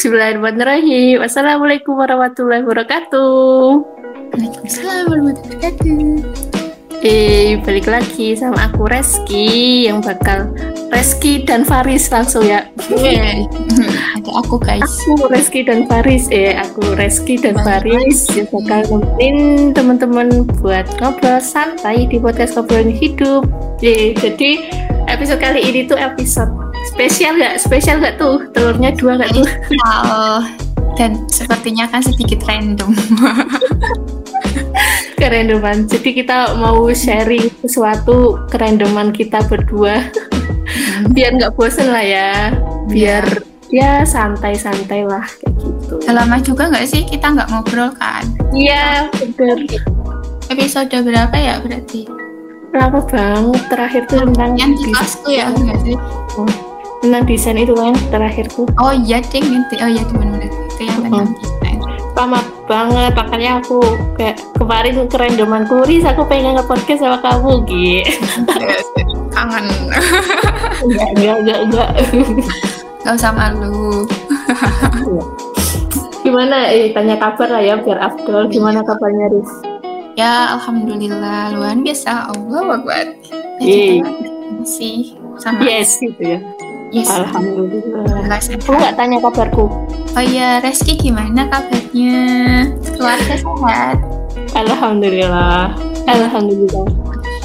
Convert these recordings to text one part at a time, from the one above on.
Bismillahirrahmanirrahim. Assalamualaikum warahmatullahi wabarakatuh. Waalaikumsalam warahmatullahi wabarakatuh. Balik lagi sama aku Reski yang bakal Reski dan Faris langsung ya. Ada aku guys. Aku Reski dan Faris. Aku Reski dan Faris yang bakal nemenin teman-teman buat ngobrol santai di podcast Ngobrolin Hidup. Jadi episode kali ini tuh episode spesial nggak tuh? Telurnya 2 nggak tuh? Dan sepertinya kan sedikit random. Kerandoman. Jadi kita mau sharing sesuatu kerandoman kita berdua. Biar nggak bosen lah ya. Biar ya santai-santai lah kayak gitu. Lama juga nggak sih kita nggak ngobrol kan? Iya bener. Episode berapa ya berarti? Lama banget terakhir tuh tentang yang di kelasku ya nggak sih? Tentang desain itu kan terakhir tuh. Oh iya ding nanti. Oh iya benar-benar itu yang tentang desain. Lama banget, makanya aku kayak kemarin kerandomanku, Riz aku pengen nge-podcast sama kamu gitu. Kangen. Enggak. Gak usah malu. Gimana? Tanya kabar lah ya biar Abdul. Gimana kabarnya Riz? Ya alhamdulillah luar biasa. Allah Akbar. Masih sama. Yes gitu ya. Yes. Alhamdulillah. Kamu nggak tanya kabarku? Oh iya, Reski gimana kabarnya? Keluarga sehat? Alhamdulillah. Alhamdulillah.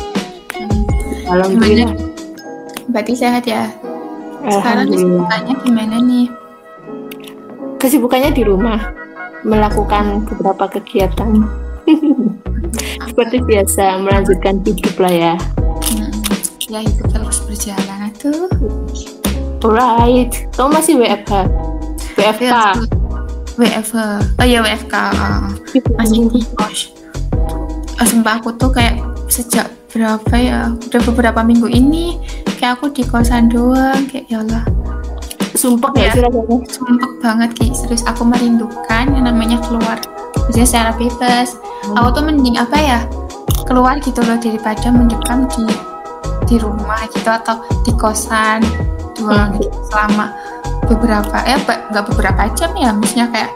Berarti sehat ya? Sekarang kesibukannya gimana nih? Kesibukannya di rumah, melakukan beberapa kegiatan. Seperti biasa, melanjutkan hidup lah ya. Ya hidup terus berjalan tuh. Alright, kamu masih WFH? WFK? Oh iya WFK. Masih di kos. Sumpah aku tuh kayak sejak berapa ya? Udah beberapa minggu ini kayak aku di kosan doang. Kayak ya Allah. Sumpah ya? Sumpah banget Ki. Serius aku merindukan yang namanya keluar. Maksudnya secara bebas. Aku tuh mending apa ya? Keluar gitu loh daripada mendekam di rumah gitu atau di kosan doang gitu selama beberapa nggak beberapa jam ya, maksudnya kayak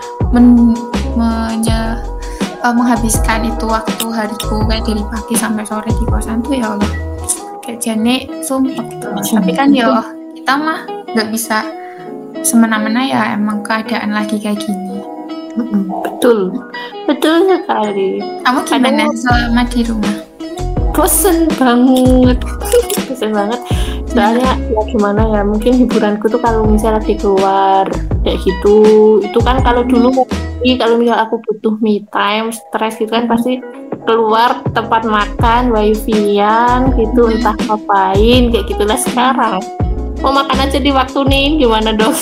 menghabiskan itu waktu hariku kayak dari pagi sampai sore di kosan tuh ya Allah kayak jane sumpah gitu. Tapi kan ya kita mah nggak bisa semena-mena ya, emang keadaan lagi kayak gini. Betul sekali. Kamu gimana selama di rumah? Bosen banget soalnya ya gimana ya, mungkin hiburanku tuh kalau misalnya lagi keluar kayak gitu, itu kan kalau dulu kalau misal aku butuh me time, stres gitu kan pasti keluar tempat makan, wifi-an gitu, entah ngapain kayak gitulah. Sekarang mau makan aja di waktu nih, gimana dong?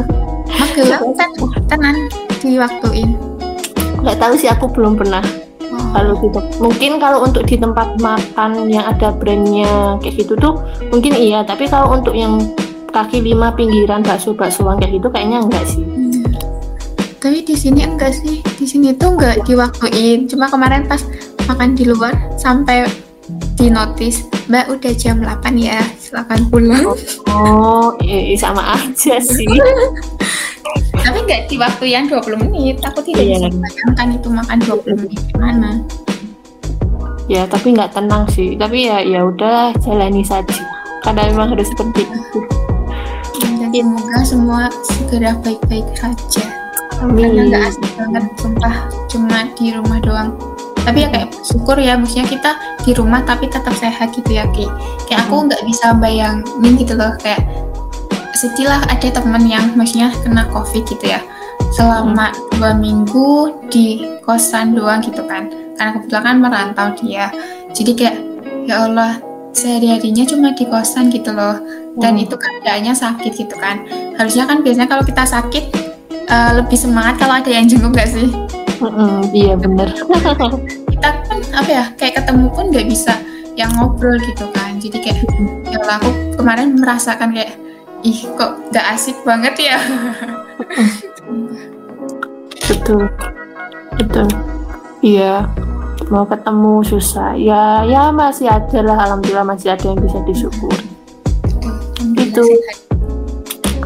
Tenan diwaktuin. Nggak tahu sih, aku belum pernah. Kalau gitu, mungkin kalau untuk di tempat makan yang ada brandnya kayak gitu tuh mungkin iya, tapi kalau untuk yang kaki 5 pinggiran bakso-baksoan kayak gitu kayaknya enggak sih. Tapi di sini enggak sih, di sini tuh enggak diwaktuin. Cuma kemarin pas makan di luar sampai di notice, Mbak udah jam 8 ya, silakan pulang. Sama aja sih. Tapi nggak di waktu yang 20 menit, aku tidak bisa bayangkan itu makan 20 menit gimana. Ya tapi nggak tenang sih, tapi ya udah jalani saja karena memang harus seperti itu. Dan semoga semua segera baik-baik saja. Amin. Karena nggak asik banget sumpah cuma di rumah doang. Tapi ya kayak syukur ya, maksudnya kita di rumah tapi tetap sehat gitu ya Ki. Kayak aku nggak bisa bayangin gitu loh, kayak sedih lah ada teman yang maksudnya kena COVID gitu ya selama 2 minggu di kosan doang gitu kan, karena kebetulan kan merantau dia, jadi kayak ya Allah sehari-harinya cuma di kosan gitu loh. Dan itu keadaannya sakit gitu kan, harusnya kan biasanya kalau kita sakit lebih semangat kalau ada yang jenguk gak sih? Iya bener. Kita kan apa ya, kayak ketemu pun gak bisa yang ngobrol gitu kan, jadi kayak ya Allah aku kemarin merasakan kayak kok gak asik banget ya. Betul. Iya, mau ketemu susah. Ya masih ada lah, alhamdulillah masih ada yang bisa disyukuri. Itu.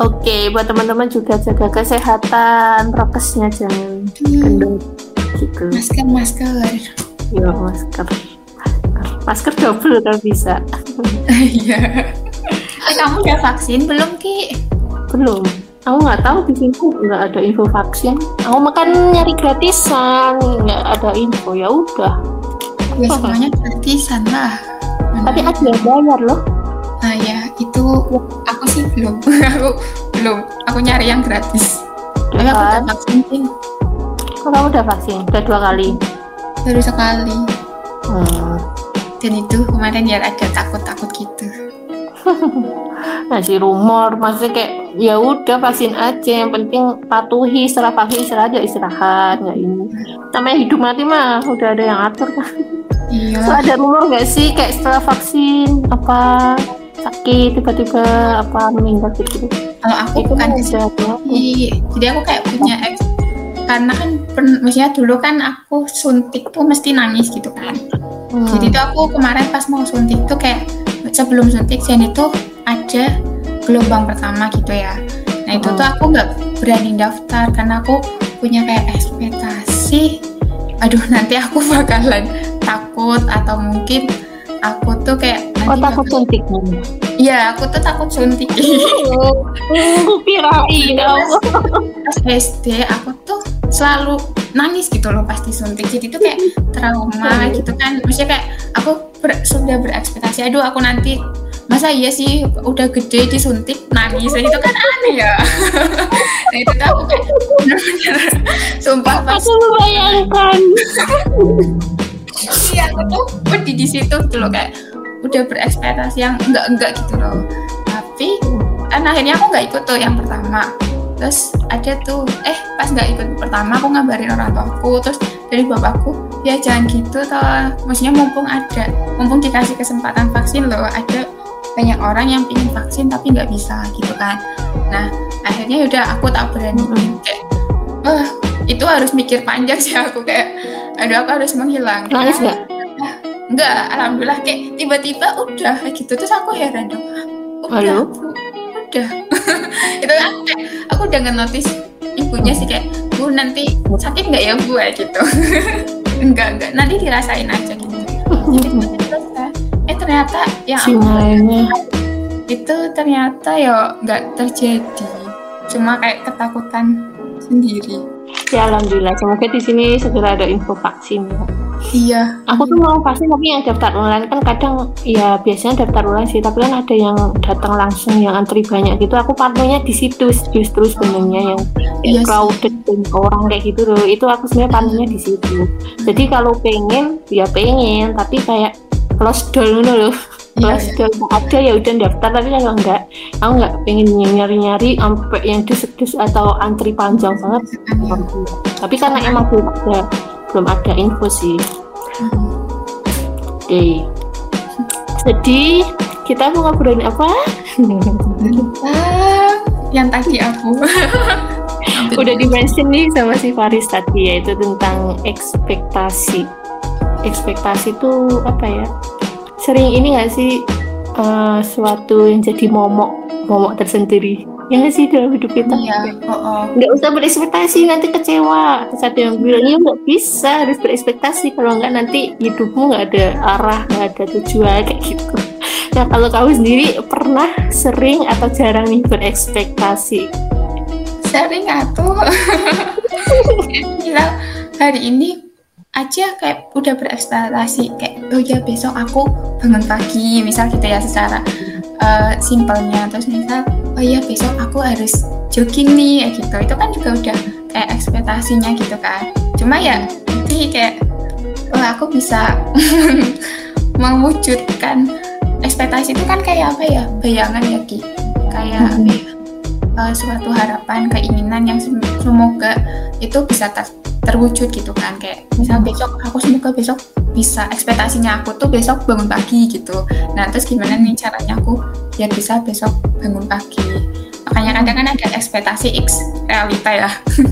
Oke, buat teman-teman juga jaga kesehatan, prokesnya jangan kendor gitu. Masker. Ya, masker double kalau bisa. Iya. Kamu udah vaksin belum, Ki? Belum. Aku nggak tahu di sini nggak ada info vaksin. Aku makan nyari gratisan, nggak ada info. Ya udah. Ya semuanya gratisan lah. Tapi ada yang bayar loh. Nah ya itu aku sih belum. Aku nyari yang gratis. Tapi aku udah vaksin sih. Kamu udah vaksin? Udah 2 kali? Baru sekali. Dan itu kemarin ya agak takut gitu. Masih rumor, maksudnya kayak ya udah vaksin aja, yang penting patuhi, setelah vaksin istirahat, nggak ini. Namanya hidup mati mah udah ada yang atur kan. Iya. So, ada rumor nggak sih kayak setelah vaksin apa sakit tiba-tiba apa meninggal gitu? Kalau aku itu bukan jadi aku kayak punya karena kan maksudnya dulu kan aku suntik tuh mesti nangis gitu kan. Jadi tuh aku kemarin pas mau suntik tuh kayak sebelum suntik Jen itu ada gelombang pertama gitu ya. Nah itu tuh aku nggak berani daftar karena aku punya kayak ekspektasi, aduh nanti aku bakalan takut atau mungkin aku tuh kayak takut suntik. Iya, aku tuh takut suntik. Aku kirain pas SD aku tuh selalu nangis gitu loh pasti suntik. Jadi tuh kayak trauma gitu kan. Maksudnya kayak aku sudah berekspektasi, aduh aku nanti masa iya sih udah gede disuntik nangis, itu kan aneh ya. Nah itu tuh aku kayak bener-bener sumpah pas aku membayangkan. Iya aku tuh di situ tuh loh kayak udah berekspektasi yang enggak gitu loh. Tapi kan akhirnya aku nggak ikut tuh yang pertama. Terus ada tuh pas nggak ikut pertama aku ngabarin orang tuaku, terus dari bapakku ya jangan gitu toh, maksudnya mumpung dikasih kesempatan vaksin loh, ada banyak orang yang pingin vaksin tapi nggak bisa gitu kan. Nah akhirnya udah aku tak berani kayak itu harus mikir panjang sih aku kayak aduh aku harus menghilang. Nangis nggak? Enggak, alhamdulillah kayak tiba-tiba udah gitu. Terus aku heran dong, udah itu kan kayak aku udah nge-notice ibunya sih kayak Bu nanti sakit nggak ya Bu gitu. enggak nanti dirasain aja gitu. Jadi terus ternyata yang itu ternyata ya nggak terjadi, cuma kayak ketakutan sendiri. Ya alhamdulillah, semoga di sini segera ada info vaksin ya. Iya. Aku tuh mau vaksin tapi yang daftar online kan kadang ya biasanya daftar online sih, tapi kan ada yang datang langsung yang antri banyak gitu. Aku parnonya di situ justru sebenarnya yang crowded dan orang kayak gitu loh. Itu aku sebenarnya parnonya di situ. Jadi kalau pengen tapi kayak close door loh. Close door ada ya udah daftar, tapi kalau enggak aku nggak pengen nyari sampai yang dus atau antri panjang banget. Tapi karena emang belum ada info sih. Oke. Jadi kita mau ngobrolin apa? Yang tadi aku udah di-mention nih sama si Faris tadi, yaitu tentang ekspektasi. Ekspektasi itu apa ya? Sering ini nggak sih suatu yang jadi momok tersendiri? Ya nggak sih dalam hidup kita? Iya. Nggak usah berekspektasi nanti kecewa. Terus ada yang bilang ya nggak bisa, harus berekspektasi, kalau nggak nanti hidupmu nggak ada arah, nggak ada tujuan kayak gitu. Nah kalau kamu sendiri pernah sering atau jarang nih berekspektasi? Sering atau bilang hari ini aja kayak udah berekspektasi kayak oh ya besok aku bangun pagi misal gitu ya secara simpelnya, terus misal oh ya besok aku harus jogging nih gitu, itu kan juga udah kayak ekspektasinya gitu kan. Cuma ya nanti kayak aku bisa mewujudkan ekspektasi itu kan kayak apa ya, bayangan ya Ki, kayak suatu harapan, keinginan yang semoga itu bisa terwujud gitu kan. Kayak misal besok aku semoga besok bisa, ekspektasinya aku tuh besok bangun pagi gitu. Nah terus gimana nih caranya aku biar bisa besok bangun pagi. Makanya kadang kan ada ekspektasi X realita ya.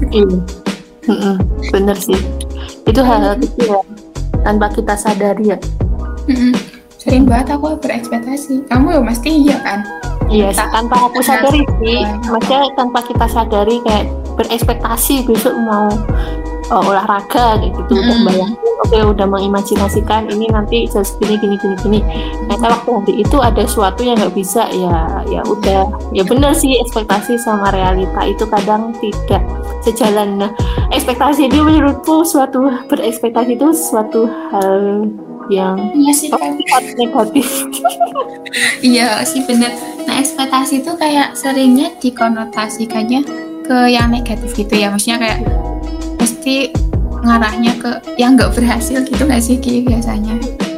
Bener sih, itu hal-hal kecil ya, tanpa kita sadari ya. Sering banget aku berekspektasi. Kamu ya pasti iya kan? Iya, tanpa aku sadari sih, maksudnya tanpa kita sadari kayak berekspektasi besok mau olahraga kayak gitu, udah bayangin, oke, udah mengimajinasikan ini nanti segini gini. Nah, waktu nanti itu ada sesuatu yang nggak bisa, ya udah, ya benar sih, ekspektasi sama realita itu kadang tidak sejalan. Nah, ekspektasi itu menurutku berekspektasi itu suatu hal yang negatif. Iya sih bener. Nah, ekspektasi itu kayak seringnya dikonotasikannya ke yang negatif gitu ya, maksudnya kayak pasti ngarahnya ke yang nggak berhasil gitu nggak sih Ki biasanya?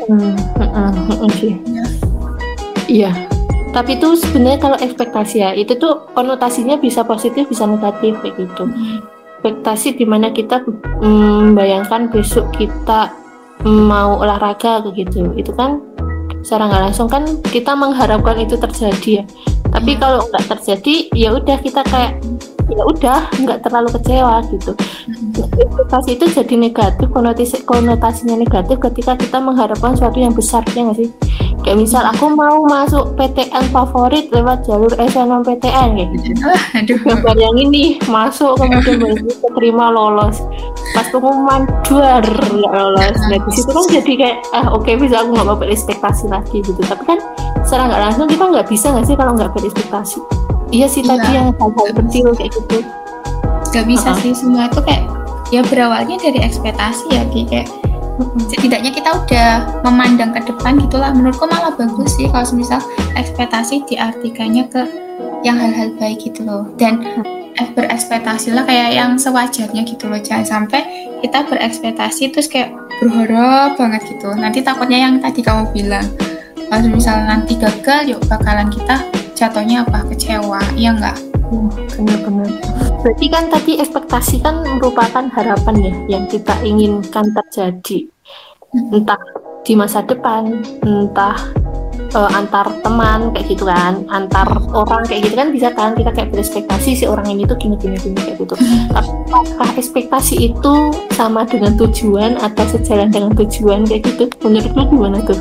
Iya. Tapi itu sebenarnya kalau ekspektasi ya, itu tuh konotasinya bisa positif bisa negatif kayak gitu. Ekspektasi dimana kita membayangkan besok kita mau olahraga begitu, itu kan secara nggak langsung kan kita mengharapkan itu terjadi ya. Tapi kalau nggak terjadi, ya udah kita kayak ya udah nggak terlalu kecewa gitu. Ekspektasi itu jadi negatif, konotasinya negatif ketika kita mengharapkan sesuatu yang besar, ya nggak sih? Kayak misal aku mau masuk PTN favorit lewat jalur SNMPTN kayak gitu. Gambar yang ini masuk kemudian baru terima lolos. Pas pengumuman nggak lolos. Nah di situ kan jadi kayak oke, bisa aku nggak mau berekspektasi lagi gitu. Tapi kan secara nggak langsung kita nggak bisa nggak sih kalau nggak berekspektasi. Iya sih tadi yang hal-hal kecil kayak gitu. Gak bisa sih, semua itu kayak ya berawalnya dari ekspektasi ya kayak setidaknya kita udah memandang ke depan gitulah. Menurutku malah bagus sih kalau misal ekspektasi diartikannya ke yang hal-hal baik gitu loh, dan berekspektasilah kayak yang sewajarnya gitu loh. Jangan sampai kita berekspektasi terus kayak berharap banget gitu, nanti takutnya yang tadi kamu bilang kalau misalnya nanti gagal yuk bakalan kita jatuhnya apa, kecewa, iya nggak? Benar-benar. Berarti kan tadi ekspektasi kan merupakan harapan ya yang kita inginkan terjadi, entah di masa depan, entah antar teman kayak gitu kan, antar orang kayak gitu kan, bisa kan kita kayak berekspektasi si orang ini tuh gini kayak gitu. Apakah ekspektasi itu sama dengan tujuan atau sejalan dengan tujuan kayak gitu? Menurutmu gimana tuh?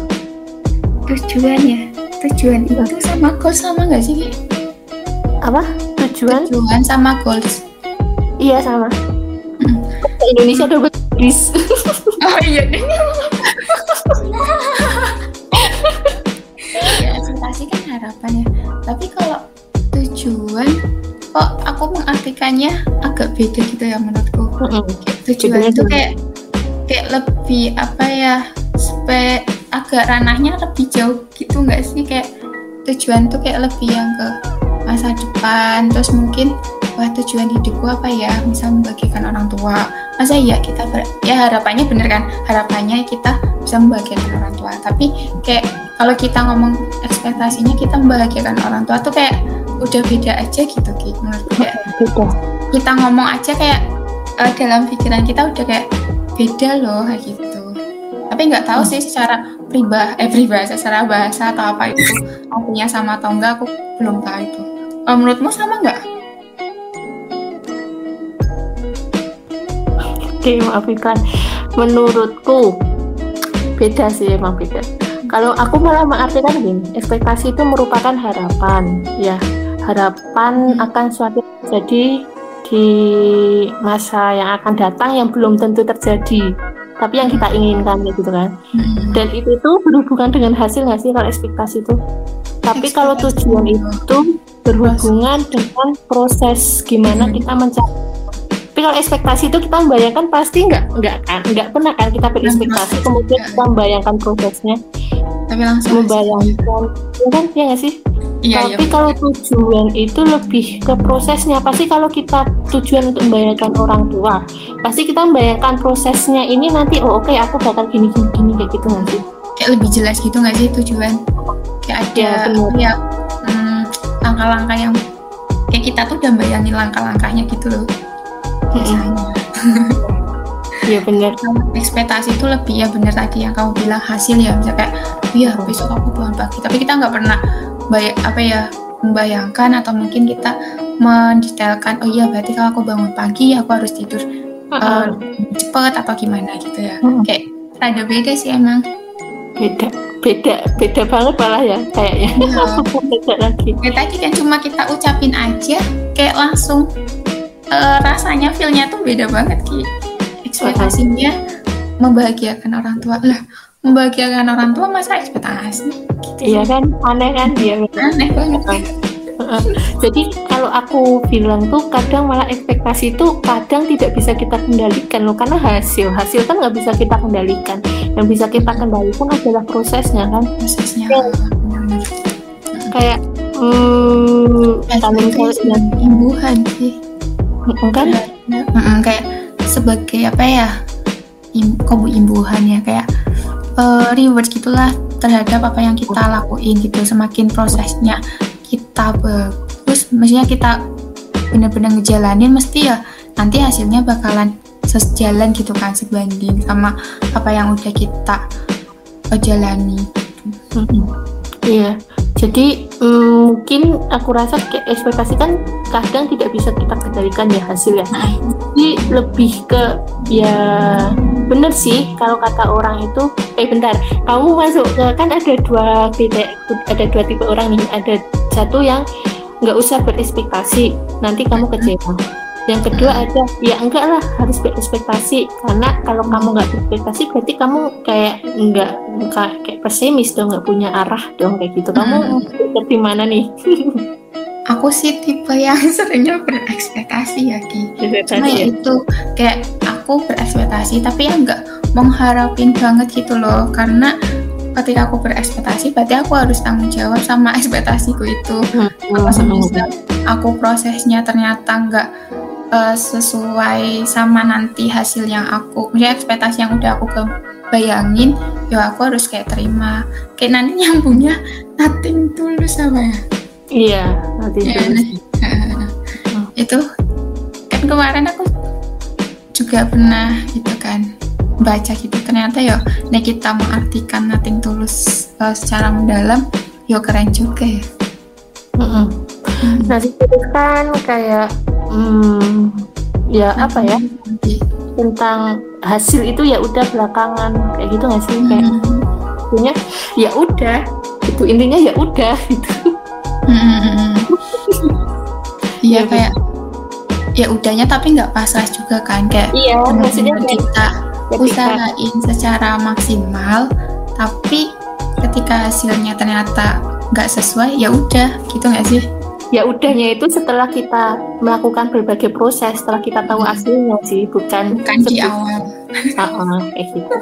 Tujuan itu sama goals sama nggak sih? Apa? Tujuan sama goals? Iya sama. Indonesia double bis. Oh iya. Ya, ekspektasi kan harapan ya. Tapi kalau tujuan, kok aku mengartikannya agak beda gitu ya menurutku. Tujuan itu kayak lebih apa ya? Agak ranahnya lebih jauh gitu nggak sih? Kayak tujuan tuh kayak lebih yang ke masa depan, terus mungkin tujuan hidupku apa ya, misal membahagiakan orang tua. Masa iya kita ya harapannya bener kan, harapannya kita bisa membahagiakan orang tua. Tapi kayak kalau kita ngomong ekspektasinya kita membahagiakan orang tua tuh kayak udah beda aja gitu Ki. Menurutku kayak kita ngomong aja kayak dalam pikiran kita udah kayak beda loh kayak gitu. Tapi nggak tahu sih secara peribahasa, secara bahasa atau apa itu artinya sama atau enggak, aku belum tahu itu. Menurutmu sama nggak? Oke, maaf Iklan. Menurutku beda sih, emang beda. Kalau aku malah mengartikan gini, ekspektasi itu merupakan harapan, ya, harapan akan suatu terjadi di masa yang akan datang yang belum tentu terjadi, tapi yang kita inginkan gitu kan. Dan itu tuh berhubungan dengan hasil nggak sih kalau ekspektasi itu? Tapi kalau tujuan itu berhubungan dengan proses gimana kita mencari. Tapi kalau ekspektasi itu kita membayangkan pasti nggak pernah kan kita berekspektasi kemudian kita membayangkan prosesnya. Tapi langsung membayangkan, ya kan, ya nggak sih? Iya, tapi kalau tujuan itu lebih ke prosesnya. Pasti kalau kita tujuan untuk membayangkan orang tua, pasti kita membayangkan prosesnya ini nanti, oke, aku bakal gini kayak gitu nggak sih? Kayak lebih jelas gitu nggak sih tujuan? Kayak ada langkah-langkah yang kayak kita tuh udah bayangin langkah-langkahnya gitu loh. Biasanya. Iya benar. Ekspektasi itu lebih ya benar tadi yang kamu bilang hasil ya, misalnya kayak besok aku bangun pagi, tapi kita nggak pernah membayangkan atau mungkin kita mendetailkan berarti kalau aku bangun pagi aku harus tidur cepat atau gimana gitu ya. Kayak rada beda sih emang. Beda. beda banget malah ya kayaknya. Beda lagi. Ya, tadi kan cuma kita ucapin aja kayak langsung rasanya feel-nya tuh beda banget Ki. Ekspektasinya membahagiakan orang tua lah, membahagiakan orang tua masa ekspektasi gitu. Iya kan, aneh kan dia. Aneh banget. Jadi kalau aku bilang tuh kadang malah ekspektasi itu kadang tidak bisa kita kendalikan loh, karena hasil kan nggak bisa kita kendalikan. Yang bisa kita kendalikan adalah prosesnya kan. Prosesnya. Kayak kalau misalnya imbuhan sih. Kan? Kayak sebagai apa ya? Imbuhan ya, kayak reward gitulah terhadap apa yang kita lakuin gitu. Semakin prosesnya kita bagus, maksudnya kita benar-benar ngejalanin, mesti ya nanti hasilnya bakalan sejalan gitu kan, sebanding sama apa yang udah kita jalani. Iya, jadi mungkin aku rasa kayak ekspektasi kan kadang tidak bisa kita kendalikan ya hasilnya. Jadi lebih ke ya bener sih kalau kata orang itu bentar, kamu masuk ke kan ada dua tipe orang nih. Ada satu yang nggak usah berekspektasi, nanti kamu kecewa. Yang kedua ada ya enggak lah, harus berekspektasi, karena kalau kamu nggak berekspektasi berarti kamu kayak nggak kayak pesimis dong, nggak punya arah dong kayak gitu. Kamu seperti mana nih? Aku sih tipe yang seringnya berekspektasi ya Ki. Cuma ya itu kayak aku berekspektasi tapi ya nggak mengharapin banget gitu loh, karena ketika aku berekspektasi berarti aku harus tanggung jawab sama ekspektasiku itu. Kalau semisal aku prosesnya ternyata nggak sesuai sama nanti hasil yang aku, misalnya ekspektasi yang udah aku bayangin, ya aku harus kayak terima. Kayak nanti nyambungnya nothing tulus sama ya. Iya, nothing tulus. Itu kan kemarin aku juga pernah gitu kan baca gitu, ternyata ya kita mengartikan nothing tulus secara mendalam, ya keren juga ya. Nah itu kan kayak ya apa ya, tentang hasil itu ya udah belakangan kayak gitu nggak sih, kayak intinya ya udah itu, intinya ya udah gitu. Iya kayak ya udahnya tapi nggak pasrah juga kan, kayak iya, maksudnya kita usahain secara maksimal, tapi ketika hasilnya ternyata nggak sesuai, ya udah gitu nggak sih? Ya udahnya itu setelah kita melakukan berbagai proses, setelah kita tahu hasilnya sih, bukan di awal. Kayak gitu.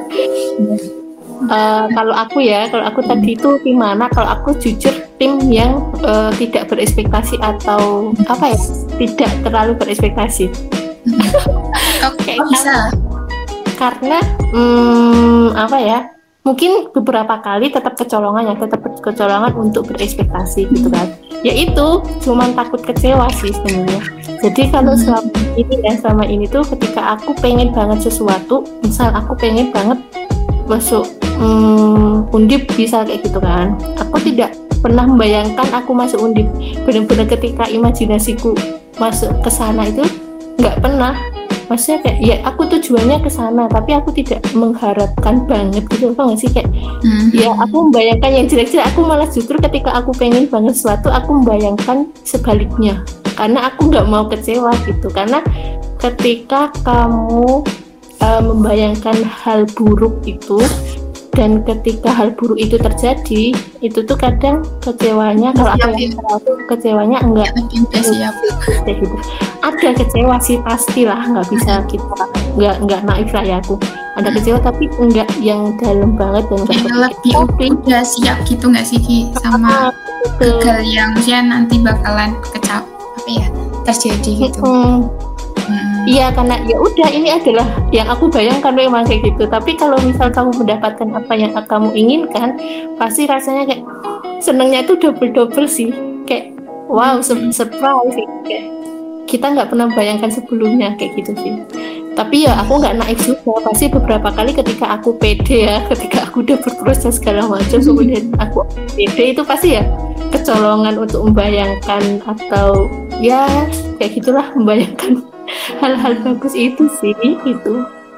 Kalau aku tadi itu gimana? Kalau aku jujur tim yang tidak berekspektasi atau apa ya, tidak terlalu berekspektasi. Oke, bisa. Karena apa ya? Mungkin beberapa kali tetap kecolongan untuk berekspektasi gitu kan. Ya itu cuman takut kecewa sih sebenarnya. Jadi kalau selama ini tuh ketika aku pengen banget sesuatu, misal aku pengen banget masuk Undip bisa kayak gitu kan, aku tidak pernah membayangkan aku masuk Undip. Benar-benar ketika imajinasiku masuk ke sana itu nggak pernah. Maksudnya kayak ya aku tujuannya ke sana, tapi aku tidak mengharapkan banget gitu, apa nggak sih, kayak ya aku membayangkan yang jelek-jelek. Aku malah justru ketika aku pengen banget sesuatu, aku membayangkan sebaliknya, karena aku nggak mau kecewa gitu. Karena ketika kamu membayangkan hal buruk itu, dan ketika hal buruk itu terjadi, itu tuh kadang kecewanya, kalau aku kecewanya enggak gitu. Ada kecewa sih pastilah, nggak bisa kita nggak naif lah ya aku. Ada kecewa tapi enggak yang dalam banget dan lebih udah siap gitu nggak sih Ki, sama gagal yang nanti bakalan terjadi gitu. Iya, karena ya udah ini adalah yang aku bayangkan memang kayak gitu. Tapi kalau misal kamu mendapatkan apa yang kamu inginkan, pasti rasanya kayak senangnya itu double sih. Kayak wow, surprise sih. Kayak kita nggak pernah bayangkan sebelumnya kayak gitu sih. Tapi ya aku nggak naif juga. Pasti beberapa kali ketika aku pede ya, ketika aku udah berproses segala macam, kemudian aku pede, itu pasti ya kecolongan untuk membayangkan atau ya kayak gitulah, membayangkan hal-hal bagus itu sih itu.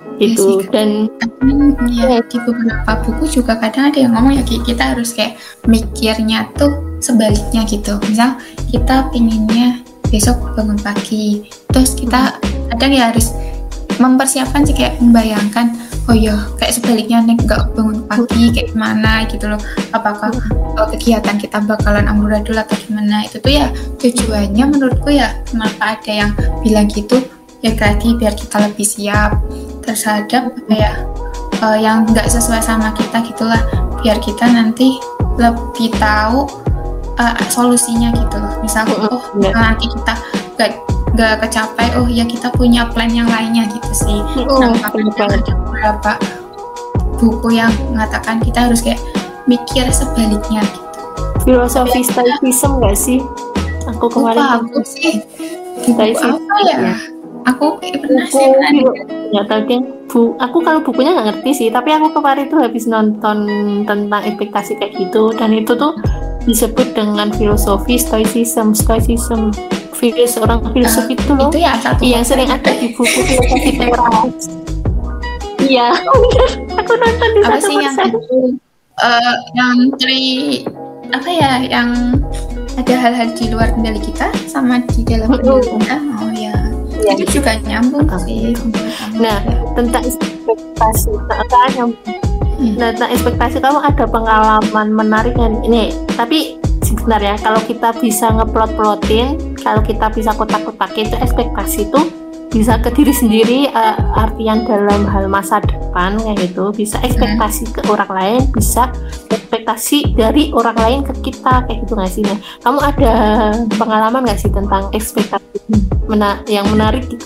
gitu. Yes, dan ya di beberapa buku juga kadang ada yang ngomong ya kita harus kayak mikirnya tuh sebaliknya gitu. Misal kita pinginnya besok bangun pagi, terus kita kadang ya harus mempersiapkan sih, kayak membayangkan oh ya kayak sebaliknya nih nggak bangun pagi kayak gimana gitu loh, apakah kegiatan kita bakalan amburadul atau gimana. Itu tuh ya tujuannya menurutku ya kenapa ada yang bilang gitu ya, berarti biar kita lebih siap terhadap apa ya yang nggak sesuai sama kita gitulah, biar kita nanti lebih tahu solusinya gitu loh. Misalnya nanti kita nggak kecapai, oh ya kita punya plan yang lainnya gitu sih. Ada beberapa buku yang mengatakan kita harus kayak mikir sebaliknya gitu. Filosofi Stoicism nggak sih? Aku kemarin aku sih Stoicism apa ya? Aku pernah sih nggak tahu deh. Aku kalau bukunya nggak ngerti sih, tapi aku kemarin tuh habis nonton tentang ekspektasi kayak gitu, dan itu tuh disebut dengan filosofi Stoicism. Seorang filsuf itu loh, itu ya satu yang sering ada di buku filosofi teras. Iya, aku nonton di apa satu sih yang itu yang apa ya, yang ada hal-hal di luar kendali kita sama di dalam kendali kita. Oh ya, itu juga nyambung sih. Nah, tentang ekspektasi, tentang ekspektasi, kamu ada pengalaman menarik kan? Ini, tapi sebenarnya kalau kita bisa ngeplot-plotin, kalau kita bisa kotak-kotakin itu ekspektasi itu bisa ke diri sendiri, artian dalam hal masa depan kayak gitu, bisa ekspektasi ke orang lain, bisa ekspektasi dari orang lain ke kita kayak gitu nggak sih? Nah, kamu ada pengalaman nggak sih tentang ekspektasi yang menarik gitu?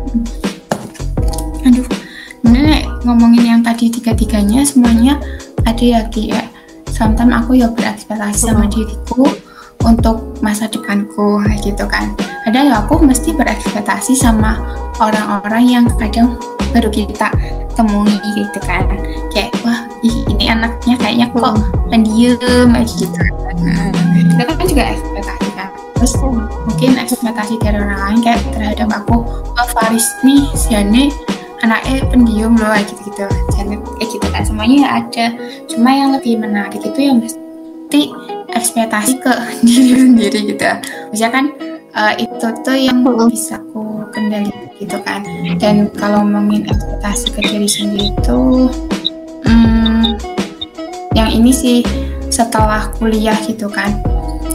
Aduh, bener ngomongin yang tadi tiga-tiganya semuanya ada ya Ki ya. Sometimes aku ya berekspektasi sama diriku untuk masa depanku kayak gitu kan. Ada ya aku mesti berekspektasi sama orang-orang yang kadang baru kita temui gitu kan. Kayak wah ini anaknya kayaknya kok pendiam kayak gitu. Itu kan juga ekspektasi kan. Terus mungkin ekspektasi dari orang lain kayak terhadap aku, oh Faris nih Siane anaknya pendiam loh kayak gitu-gitu. Jangan kayak gitu kan, semuanya ya ada. Cuma yang lebih menarik itu yang mesti ekspektasi ke diri sendiri gitu. Misalnya kan itu tuh yang bisa aku kendali gitu kan. Dan kalau ngomongin ekspektasi ke diri sendiri itu yang ini sih setelah kuliah gitu kan.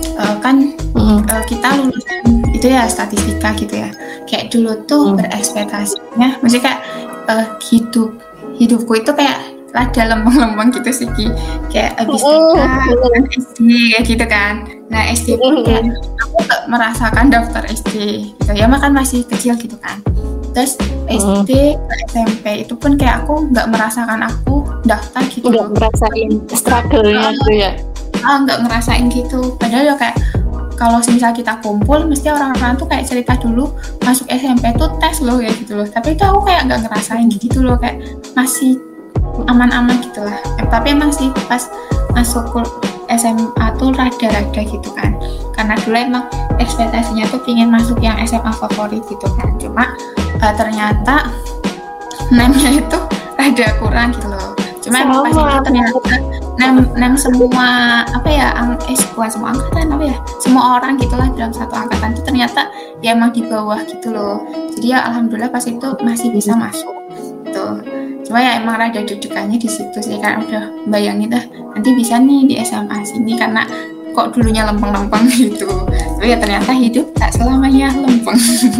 Kita lulusan itu ya statistika gitu ya. Kayak dulu tuh berekspektasinya, maksudnya kayak hidupku itu kayak ada lempeng-lempeng gitu sih Ki. Kayak abis SD kayak gitu kan. Nah SD pun kayak aku gak merasakan daftar SD gitu ya, makan masih kecil gitu kan. Terus SD ke SMP itu pun kayak aku gak merasakan aku daftar gitu. Gak ngerasain struggle-nya gitu ya? Gak ngerasain gitu. Padahal ya kayak kalau misal kita kumpul, mesti orang-orang tuh kayak cerita dulu masuk SMP tuh tes loh ya gitu loh. Tapi itu aku kayak gak ngerasain gitu loh, kayak masih aman-aman gitu lah. Tapi emang sih pas masuk SMA tuh rada-rada gitu kan. Karena dulu emang ekspektasinya tuh pengen masuk yang SMA favorit gitu kan. Cuma ternyata namanya itu rada kurang gitu loh. Cuma emang pas itu ternyata nem semua apa ya, bukan semua angkatan apa ya, semua orang gitulah dalam satu angkatan itu ternyata ya emang di bawah gitu loh. Jadi ya alhamdulillah pas itu masih bisa masuk gitu. Cuma ya emang rada dudukannya di situ sih, karena udah bayangin dah nanti bisa nih di SMA sini karena kok dulunya lempeng-lempeng gitu. Tapi ya ternyata hidup tak selamanya lempeng.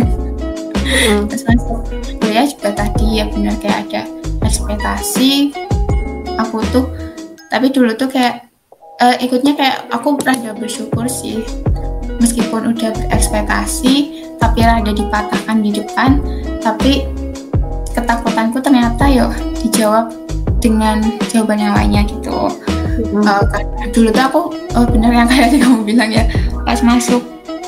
Terus masuk kuliah juga tadi ya benar kayak ada ekspektasi aku tuh. Tapi dulu tuh kayak ikutnya kayak aku rada bersyukur sih, meskipun udah berekspektasi tapi rada dipatahkan di depan, tapi ketakutanku ternyata yuk dijawab dengan jawaban yang lainnya gitu. Karena dulu tuh aku bener yang kayak kamu bilang ya, pas masuk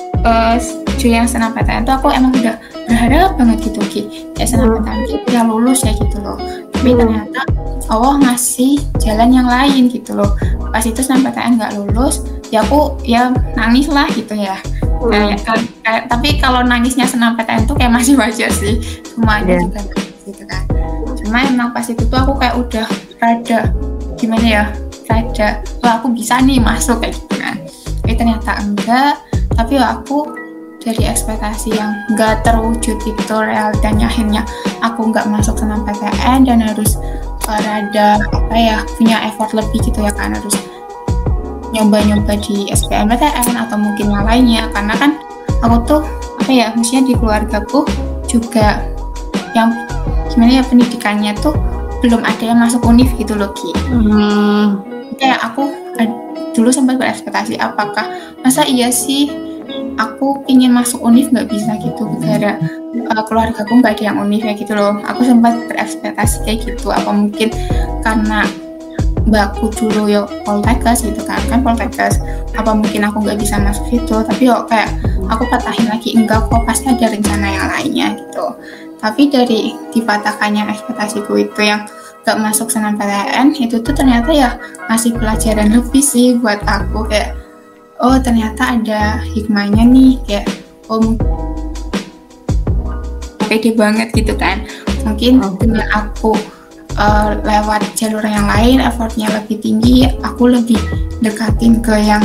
yang SNMPTN tuh aku emang udah berharap banget gitu Ki, kayak SNMPTN itu udah lulus ya gitu loh. Tapi ternyata Allah ngasih jalan yang lain gitu loh. Pas itu SNMPTN nggak lulus, ya aku ya nangis lah gitu ya. Tapi kalau nangisnya SNMPTN tuh kayak masih wajar sih, semuanya juga nangis gitu kan. Cuma cuma emang pas itu tuh aku kayak udah rada gimana ya, rada wah aku bisa nih masuk kayak gitu kan. Tapi ternyata enggak, tapi aku dari ekspektasi yang enggak terwujud itu realitanya akhirnya aku enggak masuk SNMPTN dan harus rada apa ya, punya effort lebih gitu ya kan, harus nyoba-nyoba di SBMPTN atau mungkin yang lainnya, karena kan aku tuh apa ya, maksudnya di keluargaku juga yang gimana ya, pendidikannya tuh belum ada yang masuk univ gitu loh Ki. Kayak aku dulu sempat berekspektasi apakah masa iya sih aku ingin masuk univ nggak bisa gitu gara keluargaku nggak ada yang univ ya gitu loh. Aku sempat berekspektasi kayak gitu, apa mungkin karena mbakku dulu ya Poltekkes gitu kan Poltekkes, apa mungkin aku nggak bisa masuk situ. Tapi kok kayak aku patahin lagi, enggak kok, pasti ada rencana yang lainnya gitu. Tapi dari dipatahkannya ekspektasiku itu yang gak masuk SNMPTN itu tuh ternyata ya masih pelajaran lebih sih buat aku, kayak oh ternyata ada hikmahnya nih, kayak oh pede banget gitu kan, mungkin dengan aku lewat jalur yang lain effortnya lebih tinggi, aku lebih mendekatin ke yang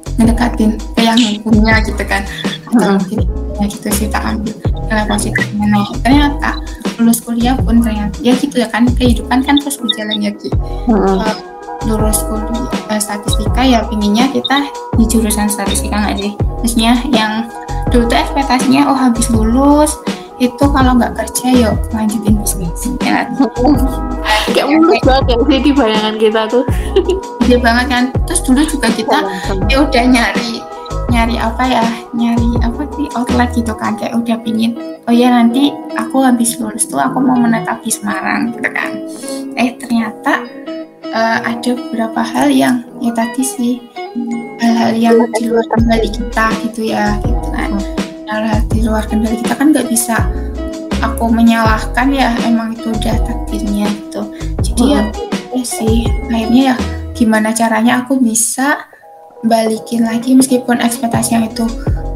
punya gitu kan, atau mungkin ya gitu sih tak ambil nilai positifnya. Nah ternyata lulus kuliah pun ternyata ya gitu ya kan, kehidupan kan terus berjalan ya Ki. Lulus kuliah statistika ya pinginnya kita di jurusan statistika nggak sih, maksudnya yang dulu tuh ekspektasinya oh habis lulus itu kalau nggak kerja yuk lanjutin bisnis ya. Kayak mulus banget sih di bayangan kita tuh. Gede banget kan. Terus dulu juga kita ya udah nyari apa sih outlet gitu kan, kayak udah pingin oh ya nanti aku habis lulus tuh aku mau menetap di Semarang gitu kan. Ternyata ada beberapa hal yang ya tadi sih hal-hal yang di luar kendali kita gitu ya gitu kan. Hal-hal di luar kendali kita kan nggak bisa aku menyalahkan ya, emang itu udah takdirnya gitu. Jadi ya sih akhirnya ya gimana caranya aku bisa balikin lagi meskipun ekspektasi yang itu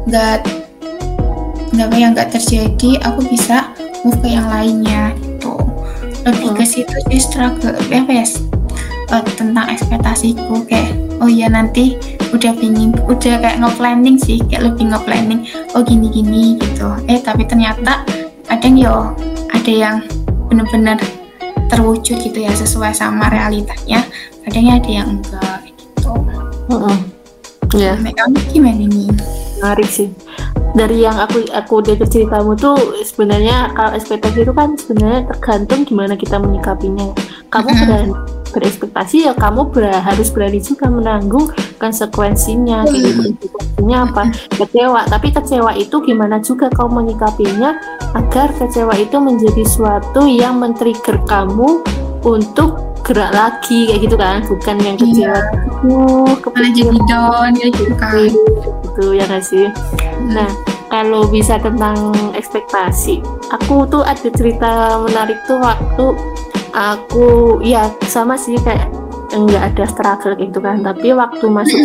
nggak terjadi, aku bisa move ke yang lainnya gitu. Lebih ke situ sih struggle apa ya tentang ekspektasiku, kayak oh ya nanti udah kayak nge-planning sih, kayak lebih nge-planning oh gini-gini gitu. Tapi ternyata kadang ada yang benar-benar terwujud gitu ya sesuai sama realitanya, kadangnya ada yang enggak gitu. Ya. Kamu gimana nih? Menarik sih. Dari yang aku dengar ceritamu tuh sebenarnya kalau ekspektasi itu kan sebenarnya tergantung gimana kita menyikapinya. Kamu berekspektasi ya kamu harus berani juga menanggung konsekuensinya. Konsekuensinya apa? Kecewa. Tapi kecewa itu gimana juga kamu menyikapinya agar kecewa itu menjadi suatu yang men-trigger kamu untuk gerak lagi kayak gitu kan, bukan yang kecewa kepala jadi down ya gitu kan, gitu ya nggak sih. Nah kalau bisa tentang ekspektasi, aku tuh ada cerita menarik tuh waktu aku ya sama sih kayak enggak ada struggle gitu kan, tapi waktu masuk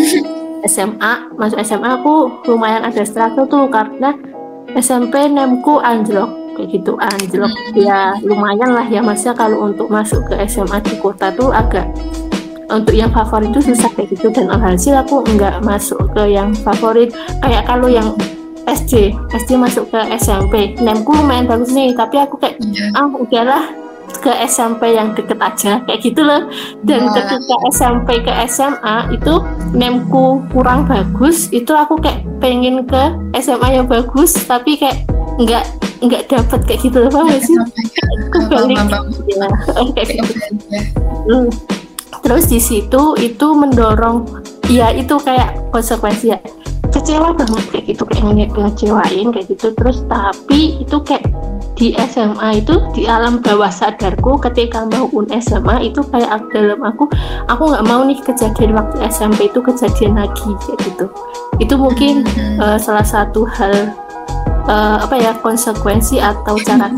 SMA aku lumayan ada struggle tuh karena SMP NEMku anjlok kayak gitu, anjlok ya lumayan lah ya, maksudnya kalau untuk masuk ke SMA di kota tuh agak untuk yang favorit itu susah kayak gitu, dan alhasil aku nggak masuk ke yang favorit. Kayak kalau yang SD masuk ke SMP NEMku lumayan bagus nih, tapi aku kayak udahlah ke SMP yang deket aja kayak gitu loh. Dan ketika SMP ke SMA itu NEMku kurang bagus, itu aku kayak pengen ke SMA yang bagus tapi kayak nggak dapat kayak gitu loh, paham gak sih? Kebalik ya, kayak gitu. Terus di situ itu mendorong ya itu kayak konsekuensi ya, kecewa banget kayak gitu, kayak ngecewain kayak gitu. Terus tapi itu kayak di SMA itu di alam bawah sadarku ketika mau SMA itu kayak dalam aku nggak mau nih kejadian waktu SMP itu kejadian lagi kayak gitu. Itu mungkin salah satu hal konsekuensi atau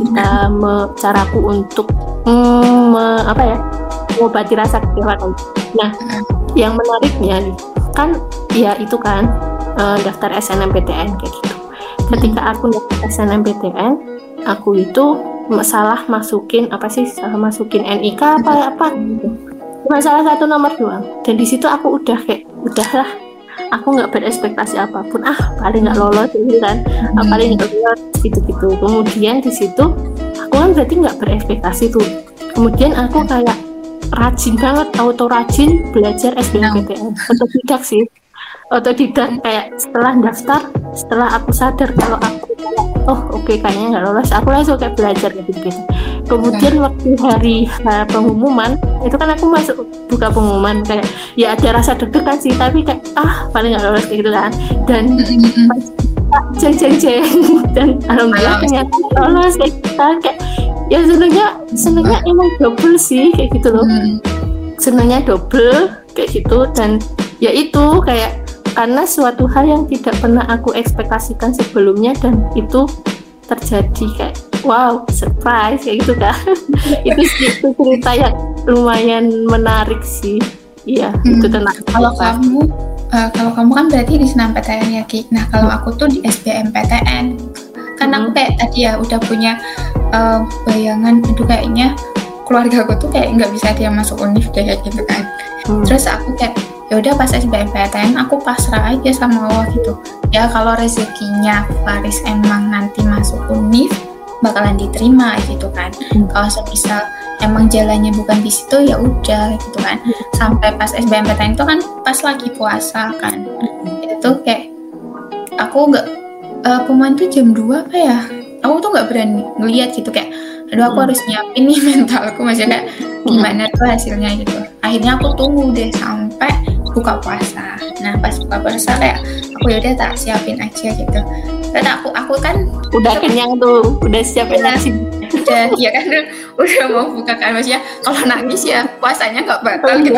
caraku untuk mengobati rasa kecewa. Nah, yang menariknya nih kan ya itu kan daftar SNMPTN kayak gitu. Ketika aku daftar SNMPTN, aku itu salah masukin NIK apa gitu. Cuma salah satu nomor doang. Dan di situ aku udah kayak udahlah, aku nggak berekspektasi apapun, paling nggak lolos gitu kan, paling nggak lolos gitu. Kemudian di situ aku kan berarti nggak berekspektasi tuh. Kemudian aku kayak rajin banget, rajin belajar SBMPTN. Otodidak kayak setelah daftar, setelah aku sadar kalau aku oke, kayaknya nggak lolos, aku langsung kayak belajar gitu. Kemudian waktu hari pengumuman itu kan aku masuk buka pengumuman, kayak ya ada rasa deg-degan sih, tapi kayak paling nggak lolos kayak gitu kan. Dan jeng dan alhamdulillah ternyata lolos kayak gitu kan. Kayak ya senengnya emang double sih kayak gitu loh. Senengnya double kayak gitu. Dan ya itu kayak karena suatu hal yang tidak pernah aku ekspektasikan sebelumnya, dan itu terjadi kayak wow, surprise kayak gitu kan. itu cerita yang lumayan menarik sih. Iya, itu tentang kalau kamu kan berarti di SNMPTN ya, Ki. Nah, kalau aku tuh di SBMPTN. Karena aku kayak tadi ya udah punya bayangan, aduh kayaknya keluarga aku tuh kayak nggak bisa dia masuk univ kayak gitu kan. Terus aku kayak ya udah pas SBMPTN aku pasrah aja sama Allah gitu. Ya kalau rezekinya Faris emang nanti masuk univ bakalan diterima gitu kan. Kalau semisal emang jalannya bukan di situ ya udah gitu kan. Sampai pas SBMPTN itu kan pas lagi puasa kan. Itu kayak aku nggak pengumuman tuh jam 2 apa ya? Aku tuh nggak berani ngeliat gitu, kayak aduh aku harus nyiapin nih mentalku, maksudnya kayak gimana tuh hasilnya gitu. Akhirnya aku tunggu deh sampai buka puasa. Nah pas buka puasa kayak aku yaudah tak siapin aja gitu. Karena aku kan udah kenyang tuh, udah siapin nasi. Udah ya kan udah mau buka kan, maksudnya kalau nangis ya puasanya nggak batal gitu.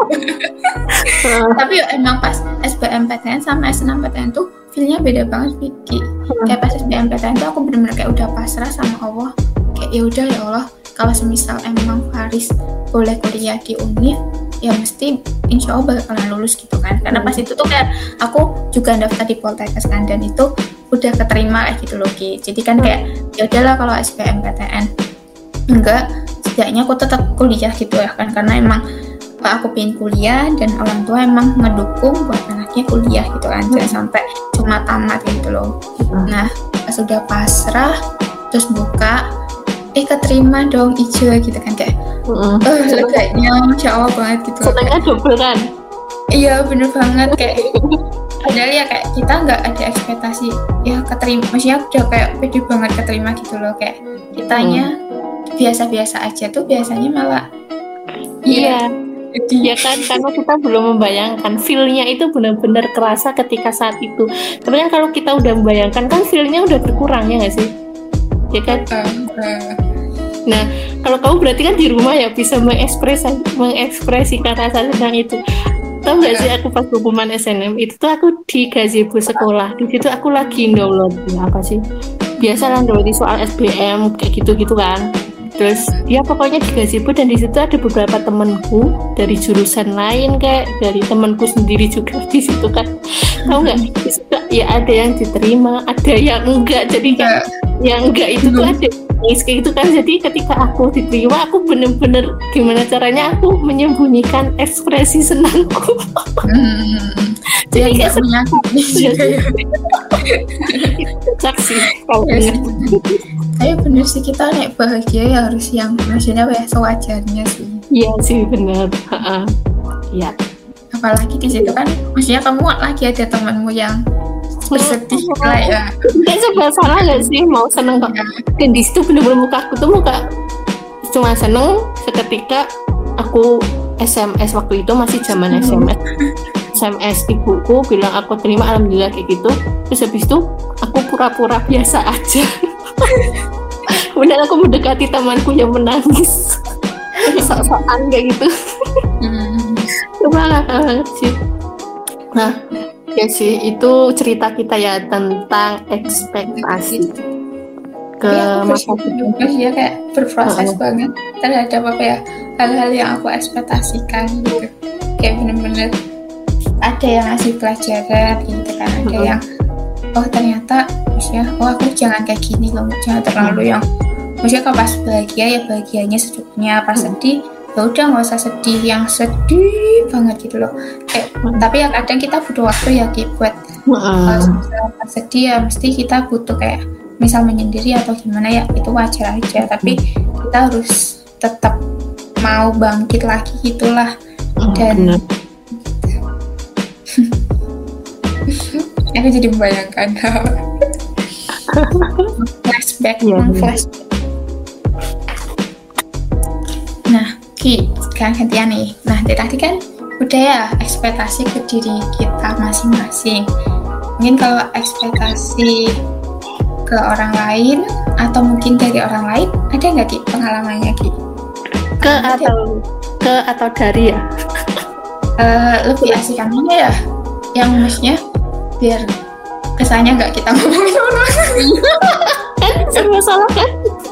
Tapi emang pas SBMPTN sama SNMPTN tuh feelnya beda banget, Vicky. Kayak pas SBMPTN tuh aku benar-benar kayak udah pasrah sama Allah. Kayak ya udah ya Allah, kalau semisal emang Faris boleh kuliah di univ, ya mesti insya Allah bakalan lulus gitu kan. Karena pas itu tuh kayak aku juga daftar di Poltekkes kan, dan itu udah keterima kayak gitu loh, Ki. Jadi kan kayak ya udahlah kalau SBMPTN enggak, setidaknya aku tetap kuliah gitu ya kan, karena emang aku pengen kuliah dan orang tua emang ngedukung buat anaknya kuliah gitu kan, jangan sampai cuma tamat gitu loh. Nah pas udah pasrah terus buka keterima dong hijau gitu kan, kayak leganya Masya Allah banget gitu. Senangnya double kan? Iya bener banget, kayak padahal ya kayak kita nggak ada ekspektasi ya keterima, maksudnya udah kayak pede banget keterima gitu loh, kayak kitanya biasa-biasa aja tuh biasanya malah iya ya kan, karena kita belum membayangkan feel-nya itu benar-benar kerasa ketika saat itu. Tapi kan kalau kita udah membayangkan kan feel-nya udah berkurang ya nggak sih? Ya kan? Nah, kalau kamu berarti kan di rumah ya bisa mengekspresikan rasa senang itu. Tahu nggak sih aku pas pengumuman SNM itu tuh aku di gazebo sekolah. Di situ aku lagi download apa sih? Biasa lah download soal SBM kayak gitu-gitu kan. Terus ya pokoknya di gazebo, dan di situ ada beberapa temanku dari jurusan lain, kayak dari temanku sendiri juga di situ kan. Tahu nggak? Di situ ya ada yang diterima, ada yang enggak. Jadi kan yang enggak itu tuh ada kayak gitu kan. Jadi ketika aku diterima, aku bener-bener gimana caranya aku menyembunyikan ekspresi senangku. Jadi kayak kocak sih kalau ingat. Tapi bener sih, kita nek bahagia ya harus yang maksudnya apa ya, sewajarnya sih. Iya sih bener. Iya. Apalagi di situ kan, maksudnya kamu lagi ada temanmu yang bersedih lah ya. Kayak serba salah nggak sih, mau seneng kok. Dan di situ bener-bener mukaku tuh cuma seneng seketika aku SMS waktu itu masih zaman SMS ibuku bilang aku terima, alhamdulillah kayak gitu. Terus habis itu aku pura-pura biasa aja. Kemudian aku mendekati temanku yang menangis, sok-sokan kayak gitu. Banget sih. Nah, ya sih itu cerita kita ya tentang ekspektasi ke masa depan. Ya kayak berproses banget terhadap apa ya, hal-hal yang aku ekspektasikan gitu. Kayak bener-bener ada yang ngasih pelajaran gitu kan, ada yang ternyata maksudnya aku jangan kayak gini loh, jangan terlalu yang maksudnya kalau pas bahagia ya bahagianya secukupnya, pas sedih ya udah nggak usah sedih yang sedih banget gitu loh. Tapi ya kadang kita butuh waktu ya Ki buat pas sedih ya mesti kita butuh kayak misal menyendiri atau gimana ya, itu wajar aja, tapi kita harus tetap mau bangkit lagi gitulah. Dan aku jadi membayangkan flashback. Nah Ki, sekarang gantian nih. Nah tadi kan udah ya ekspektasi ke diri kita masing-masing. Mungkin kalau ekspektasi ke orang lain atau mungkin dari orang lain, ada nggak Ki pengalamannya Ki? Ke atau dari ya? Lebih asik kan ya, yang maksudnya biar kesannya nggak kita ngomongin orang kan serba salah kan?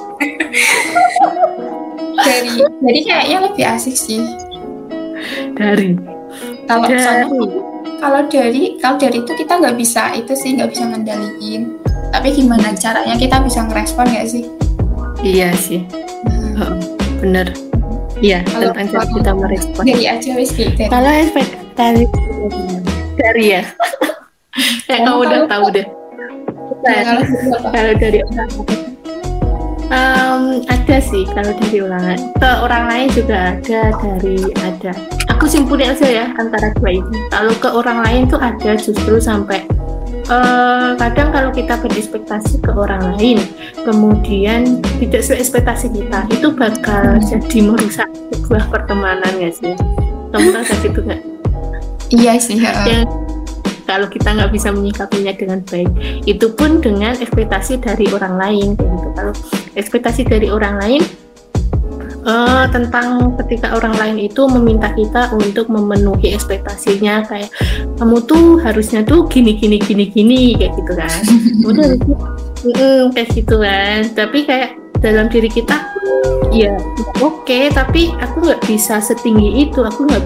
Jadi kayaknya lebih asik sih dari. Kalau dari itu kita nggak bisa ngendaliin, tapi gimana caranya kita bisa ngerespon nggak sih? Iya sih, bener. Iya, tentang cara kita merespon. Dari aja wis gitu. Kalau ekspektasi dari ya, kayak kamu udah tahu deh. Kalau dari orang ada sih, kalau dari orang lain juga ada. Aku simpulin aja ya antara dua ini. Kalau ke orang lain tuh ada justru sampai kadang kalau kita berekspektasi ke orang lain kemudian tidak sesuai ekspektasi kita, itu bakal jadi merusak sebuah pertemanan nggak sih? Kamu rasa gitu nggak? Iya sih ya. Kalau kita nggak bisa menyikapinya dengan baik, itu pun dengan ekspektasi dari orang lain kayak gitu. Kalau ekspektasi dari orang lain tentang ketika orang lain itu meminta kita untuk memenuhi ekspektasinya, kayak kamu tuh harusnya tuh gini kayak gitu kan. Udah kayak gitu kan. Tapi kayak dalam diri kita ya oke, tapi aku nggak bisa setinggi itu,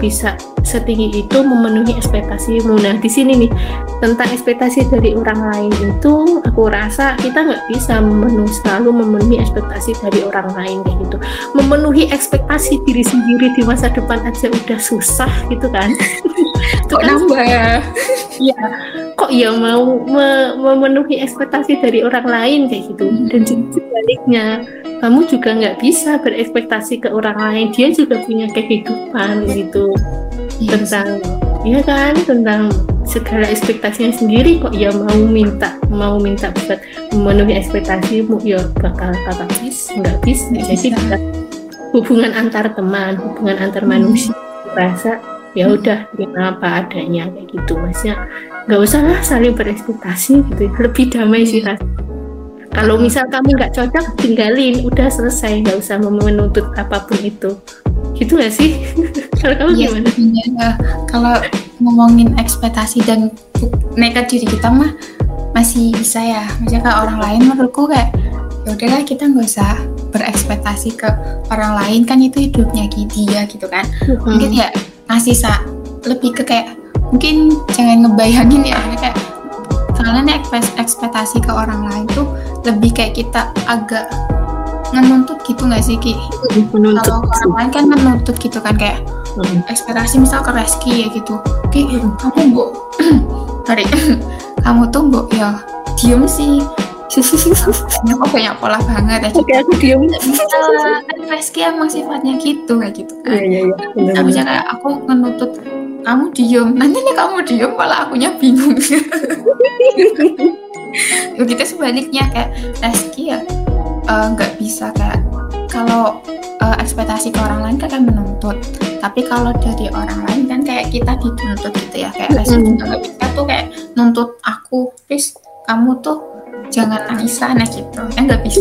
memenuhi ekspektasimu. Nah di sini nih tentang ekspektasi dari orang lain itu, aku rasa kita nggak bisa selalu memenuhi ekspektasi dari orang lain kayak gitu. Memenuhi ekspektasi diri sendiri di masa depan aja udah susah gitu kan. Kok nambah ya? Iya, kok ya mau memenuhi ekspektasi dari orang lain kayak gitu. Dan sebaliknya, kamu juga nggak bisa berekspektasi ke orang lain, dia juga punya kehidupan gitu. Tentang tentang segala ekspektasinya sendiri, kok ya mau minta buat memenuhi ekspektasimu, ya bakal nggak bisa. Jadi hubungan antar teman, hubungan antar manusia, rasa ya udah apa adanya kayak gitu, maksudnya nggak usah lah saling berekspektasi gitu, lebih damai sih rasanya. Kalau misal kamu nggak cocok, tinggalin, udah selesai, nggak usah menuntut apapun itu, gitu nggak sih? Kalau kamu gimana? Ya, kalau ngomongin ekspektasi dan nekat diri kita mah masih bisa ya, maksudnya ke orang lain menurutku kayak ya udahlah, kita nggak usah berekspektasi ke orang lain, kan itu hidupnya dia gitu kan. Mungkin ya ngasih lebih ke kayak mungkin jangan ngebayangin ya, kayak karena ekspektasi ke orang lain tuh lebih kayak kita agak menuntut gitu nggak sih Ki? Kalau orang lain kan menuntut gitu kan, kayak ekspektasi misal ke Reski ya gitu, Ki kamu kamu tuh ya diem sih. Aku banyak pola banget ya. Oke, aku diem. Kan Reski emang sifatnya gitu kayak gitu kan. Iya. Tapi kayak aku menuntut kamu diem, nanti nih kamu diem malah akunya bingung. Begitu sebaliknya, kayak Reski ya nggak bisa kayak kalau ekspektasi ke orang lain kan menuntut, tapi kalau dari orang lain kan kayak kita dituntut gitu ya, kayak Reski juga nggak bisa tuh kayak nuntut aku, please kamu tuh jangan nangis sana gitu, nggak bisa.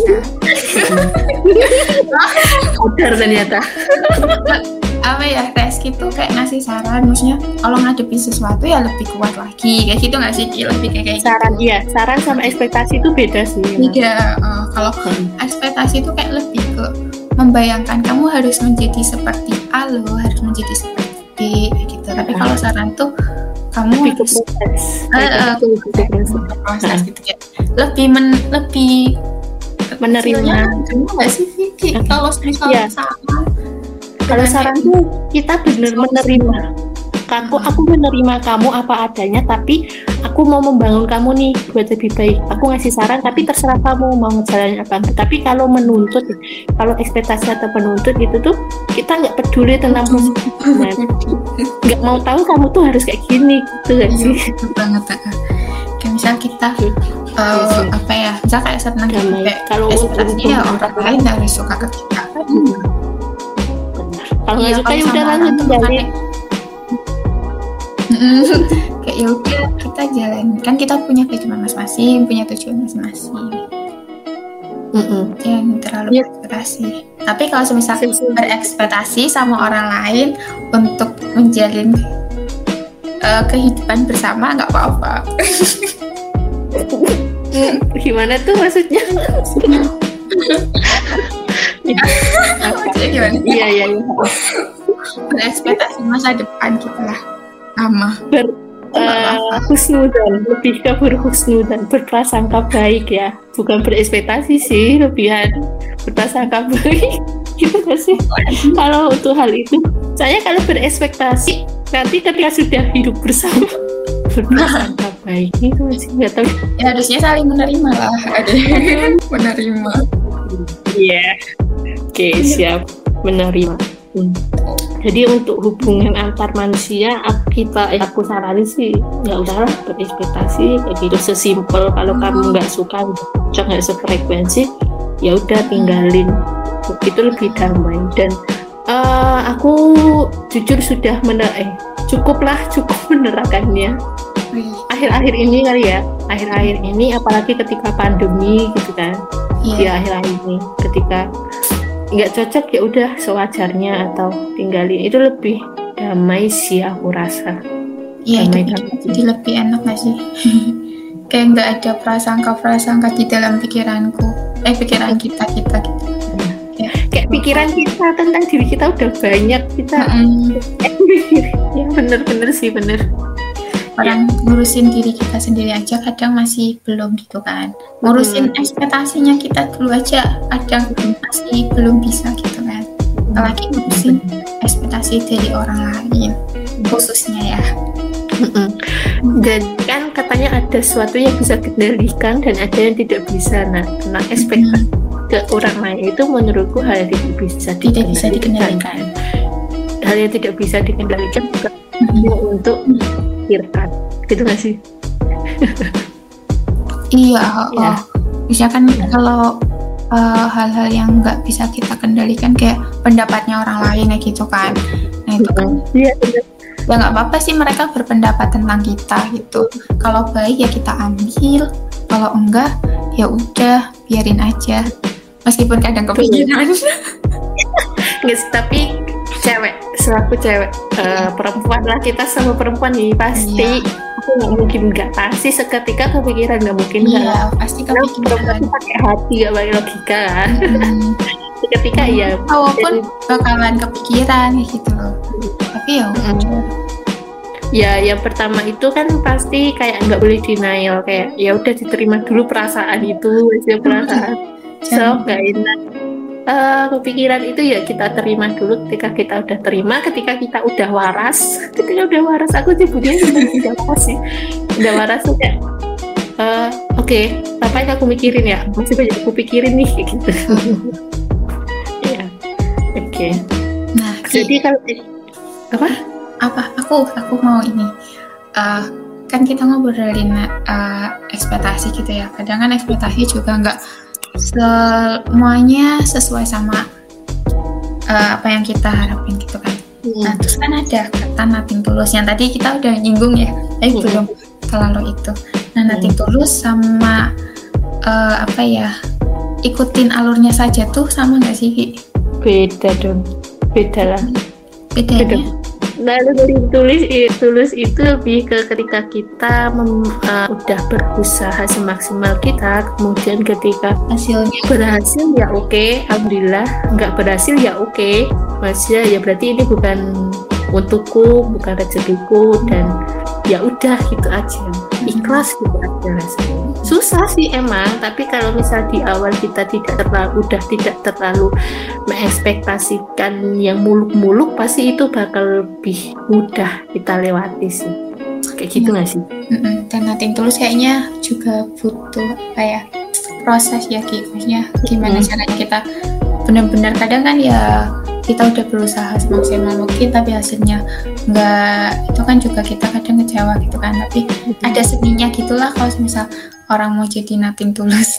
Benar ternyata. Apa ya, Reski tuh kayak ngasih saran, maksudnya kalau ngadepin sesuatu ya lebih kuat lagi kayak gitu nggak sih? Lebih kayak saran gitu. Iya, saran sama ekspektasi itu beda sih. Beda. Kalau ekspektasi itu kayak lebih ke membayangkan kamu harus menjadi seperti A, lo harus menjadi seperti B kayak gitu. Tapi kalau saran tuh kamu lebih ke proses. Proses gitu ya. Lebih menerima. Nggak sih Vicky? Kalau misalnya saran, kalau saran tuh kita benar menerima. Aku menerima kamu apa adanya, tapi aku mau membangun kamu nih buat lebih baik. Aku ngasih saran, tapi terserah kamu mau ngejalanin apa. Tapi kalau menuntut, kalau ekspektasi atau penuntut gitu tuh, kita nggak peduli tentang proses. Nggak mau tahu kamu tuh harus kayak gini, gitu nggak sih? Betul banget. Kayak misal kita apa ya? Misal kayak senang kayak kalau ekspektasinya orang lain harus suka ke kita. Kalau nggak suka ya udah langsung tinggalin. Kayak ya udah kita jalan, kan kita punya tujuan masing-masing, punya tujuan masing-masing. Yang terlalu berekspektasi. Tapi kalau misalnya berekspektasi sama orang lain untuk menjalin kehidupan bersama, nggak apa-apa. Gimana tuh maksudnya? Maksudnya gimana? Iya. Berekspektasi masa depan kita lah. Sama husnudan, lebih ke berhusnudan, berprasangka baik ya, bukan berekspektasi sih, lebihan berprasangka baik gitu gak sih? Kalau untuk hal itu, saya kalau berekspektasi nanti ketika sudah hidup bersama berprasangka baik itu masih nggak tahu. Ya harusnya saling menerima lah, menerima. Iya, oke, siap, menerima. Jadi untuk hubungan antar manusia aku saranin sih nggak usah lah berekspektasi kayak gitu, sesimpel kalau kamu nggak suka nggak sefrekuensi ya udah tinggalin, itu lebih damai. Dan aku jujur sudah cukup menerapkannya akhir-akhir ini kali ya, akhir-akhir ini apalagi ketika pandemi gitu kan. Di akhir-akhir ini ketika nggak cocok ya udah sewajarnya atau tinggalin, itu lebih damai sih aku rasa. Iya, jadi lebih enak nggak sih? Kayak nggak ada prasangka di dalam pikiran kita gitu. Ya. Kayak pikiran kita tentang diri kita udah banyak, kita ya bener sih. Orang ngurusin diri kita sendiri aja kadang masih belum gitu kan, ngurusin ekspektasinya kita dulu aja kadang masih belum bisa gitu kan, apalagi ngurusin ekspektasi dari orang lain khususnya ya. Dan kan katanya ada sesuatu yang bisa kendalikan dan ada yang tidak bisa. Nah ekspektasi ke orang lain itu menurutku hal yang tidak bisa dikendalikan. Hal yang tidak bisa dikendalikan bukan untuk pikirkan, gitu nggak sih? Iya. Misalkan kalau hal-hal yang nggak bisa kita kendalikan kayak pendapatnya orang lain kayak gitu kan, nah itu kan ya nggak apa-apa sih mereka berpendapat tentang kita gitu. Kalau baik ya kita ambil, kalau enggak ya udah biarin aja, meskipun kadang kepikiran. Nggak sih, tapi selaku cewek perempuan lah, kita sama perempuan nih pasti aku nggak mungkin nggak, pasti seketika kepikiran, nggak mungkin nggak. Pasti kepikiran. Pakai hati nggak pakai logika kan. Seketika ya. Walaupun bakalan kepikiran gitu loh. Tapi ya ya yang pertama itu kan pasti kayak nggak boleh denial, kayak ya udah diterima dulu perasaan itu, perasaan nggak enak. Kepikiran itu ya kita terima dulu. Ketika kita udah terima, ketika kita udah waras, aku nyebutnya udah waras sih, udah waras tuh kayak oke, apa yang aku mikirin ya, masih banyak aku pikirin nih gitu. Ya, oke. Nah, jadi kalau aku mau ini kan kita ngobrolin ekspektasi gitu ya. Kadang kan ekspektasi juga nggak semuanya sesuai sama apa yang kita harapin gitu kan. Nah terus kan ada kata nothing tulus yang tadi kita udah nyinggung ya, belum terlalu itu. Nah nothing tulus sama ikutin alurnya saja tuh sama nggak sih? Beda dong, beda lah. Bedanya? Lalu dari tulus itu lebih ke ketika kita udah berusaha semaksimal kita, kemudian ketika hasilnya berhasil ya oke, alhamdulillah, nggak berhasil ya oke, masih ya berarti ini bukan untukku, bukan rezekiku, dan ya udah gitu aja, ikhlas gitu aja rasanya. Susah sih emang, tapi kalau misal di awal kita tidak terlalu mengekspektasikan yang muluk-muluk, pasti itu bakal lebih mudah kita lewati sih. Kayak gitu nggak sih? Dan nothing tulus kayaknya juga butuh kayak proses ya, maksudnya gimana caranya kita benar-benar, kadang kan ya kita udah berusaha semaksimal mungkin tapi hasilnya enggak, itu kan juga kita kadang kecewa gitu kan, tapi ada seninya gitulah kalau misal orang mau jadi nothing tulus.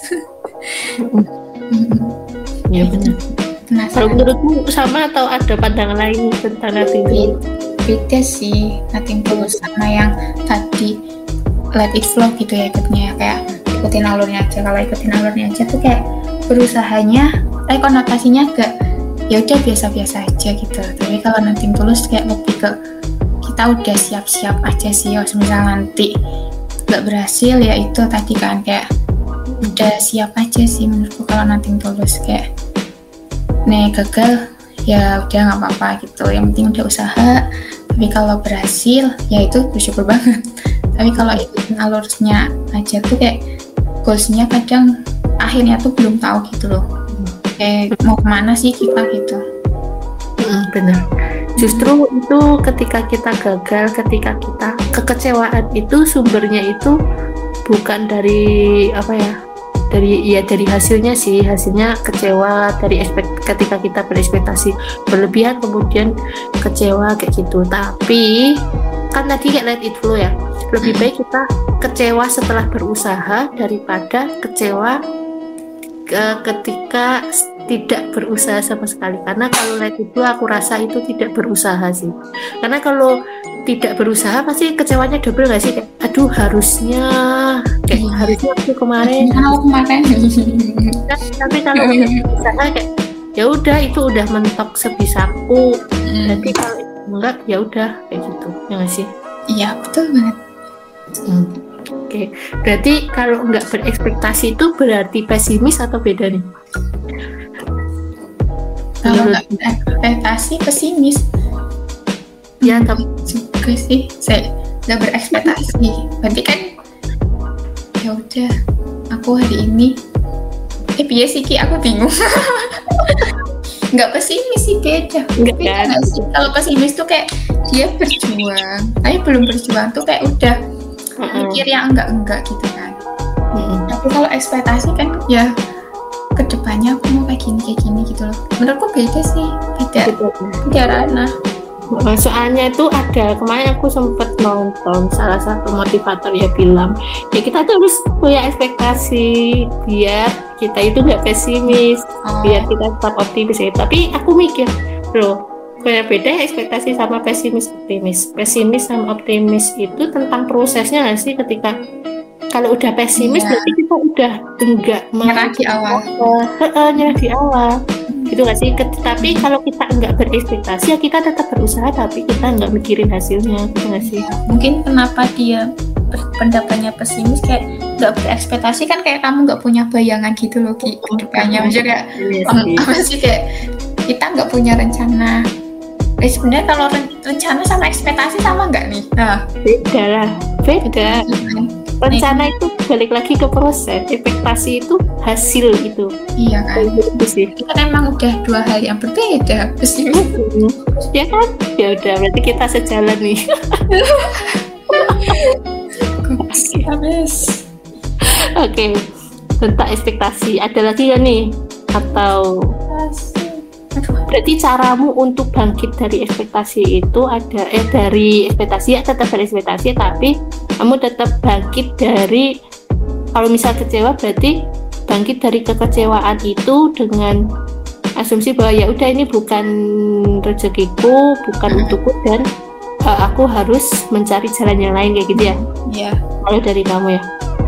Iya benar. Kalau menurutmu sama atau ada pandangan lain tentang nothing tulus? Beda sih nothing tulus sama yang tadi let it flow gitu ya, ikutnya kayak ikutin alurnya aja. Kalau ikutin alurnya aja tuh kayak berusahanya konotasinya agak ya udah biasa-biasa aja gitu. Tapi kalau nothing tulus kayak lebih ke kita udah siap-siap aja sih, misal nanti nggak berhasil ya itu tadi kan kayak udah siap aja sih menurutku. Kalau nothing tulus kayak gagal ya udah nggak apa-apa gitu, yang penting udah usaha. Tapi kalau berhasil ya itu bersyukur banget. Tapi kalau ikutin alurnya aja tuh kayak goalsnya kadang akhirnya tuh belum tahu gitu loh, kayak mau kemana sih kita gitu. Benar. Justru itu ketika kita gagal, ketika kita kekecewaan itu sumbernya itu bukan dari dari hasilnya sih, hasilnya kecewa dari ketika kita berekspektasi berlebihan kemudian kecewa kayak gitu. Tapi kan tadi kayak let it flow ya, lebih baik kita kecewa setelah berusaha daripada kecewa ketika tidak berusaha sama sekali. Karena kalau let it flow aku rasa itu tidak berusaha sih, karena kalau tidak berusaha pasti kecewanya double gak sih, kayak aduh harusnya aku kemarin. Tapi kalau berusaha kayak ya udah itu udah mentok sebisaku. Jadi kalau enggak ya udah kayak gitu ya nggak sih? Iya betul banget. Oke. Berarti kalau nggak berekspektasi itu berarti pesimis atau beda nih? Kalau nggak berekspektasi pesimis. Ya tapi juga sih saya nggak berekspektasi. Berarti kan ya udah aku hari ini biasa sih Ki, aku bingung. Nggak pesimis sih, beda. Nggak sih. Kalau pesimis tuh kayak dia berjuang, tapi belum berjuang tuh kayak udah mikir yang enggak gitu kan. Tapi kalau ekspektasi kan ya kedepannya aku mau kayak gini gitu loh. Menurutku beda sih, beda ranah. Soalnya itu ada, kemarin aku sempat nonton salah satu motivator ya bilang ya kita tuh harus punya ekspektasi biar kita itu nggak pesimis, biar kita tetap optimis ya. Tapi aku mikir loh, beda ekspektasi sama pesimis sama optimis itu tentang prosesnya nggak sih? Ketika kalau udah pesimis berarti kita udah enggak nyerah di awal. Nyerah di awal gitu nggak sih? Tapi kalau kita nggak berekspektasi ya kita tetap berusaha tapi kita nggak mikirin hasilnya gitu nggak sih? Mungkin kenapa dia pendapatnya pesimis kayak nggak berekspektasi kan kayak kamu nggak punya bayangan gitu loh Ki kedepannya. Maksudnya kayak apa sih, kayak kita nggak punya rencana. Sebenarnya kalau rencana sama ekspektasi sama nggak nih? Nah beda. Rencana itu balik lagi ke proses, ekspektasi itu hasil gitu. Iya kan? Itu sih. Kita emang udah dua hal yang berbeda. Ya kan? Ya udah, berarti kita sejalan nih. Habis. Oke. Tentang ekspektasi, ada lagi ya nih? Atau berarti caramu untuk bangkit dari ekspektasi itu ada dari ekspektasi ya tetap berekspektasi tapi kamu tetap bangkit dari, kalau misal kecewa berarti bangkit dari kekecewaan itu dengan asumsi bahwa ya udah ini bukan rezekiku, bukan untukku dan aku harus mencari jalan yang lain kayak gitu ya. Iya. Kalau dari kamu ya.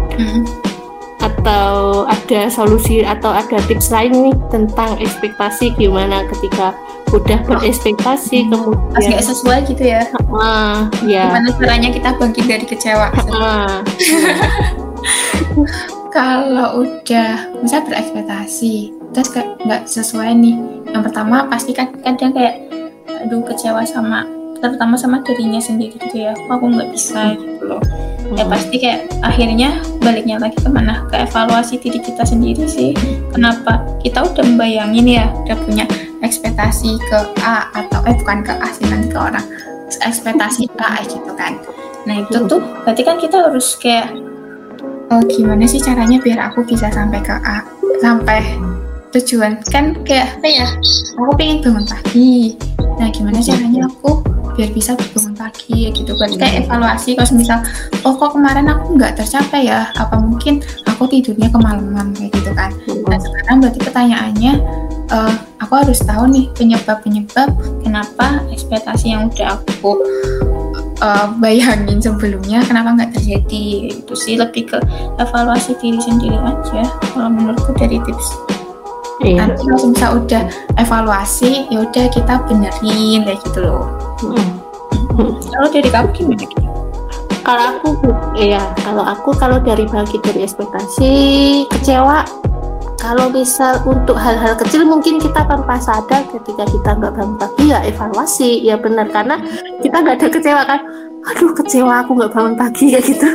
Atau ada solusi atau ada tips lain nih tentang ekspektasi, gimana ketika udah berekspektasi kemudian nggak sesuai gitu ya? Ya. Gimana caranya kita bangkit dari kecewa? Kalau udah misal berekspektasi terus nggak sesuai nih, yang pertama pasti kan kadang kayak aduh kecewa terutama sama dirinya sendiri gitu ya, aku nggak bisa gitu loh. ya pasti kayak akhirnya baliknya lagi kemana, ke evaluasi diri kita sendiri sih. Kenapa kita udah membayangin ya, udah punya ekspektasi ke A atau bukan ke A sih, nanti ke orang, ekspektasi A gitu kan. Nah itu tuh berarti kan kita harus kayak gimana sih caranya biar aku bisa sampai ke A, sampai tujuan. Kan kayak apa ya, aku pengen bangun pagi, nah gimana caranya aku biar bisa bangun pagi gitu. Berarti kayak evaluasi, kalau misal kok kemarin aku nggak tercapai ya, apa mungkin aku tidurnya kemalaman kayak gitu kan. Nah sekarang berarti pertanyaannya, aku harus tahu nih penyebab kenapa ekspektasi yang udah aku bayangin sebelumnya kenapa nggak terjadi. Itu sih lebih ke evaluasi diri sendiri aja kalau menurutku dari tips. Nanti kalau misalnya udah evaluasi, ya udah kita benerin kayak gitu loh. Kalau dari kamu gimana gitu? Kalau dari bagi dari ekspektasi, kecewa. Kalau misal untuk hal-hal kecil mungkin kita tanpa sadar ketika kita nggak bangun pagi ya evaluasi, ya benar, karena kita nggak ada kecewa kan, aduh kecewa aku nggak bangun pagi kayak gitu.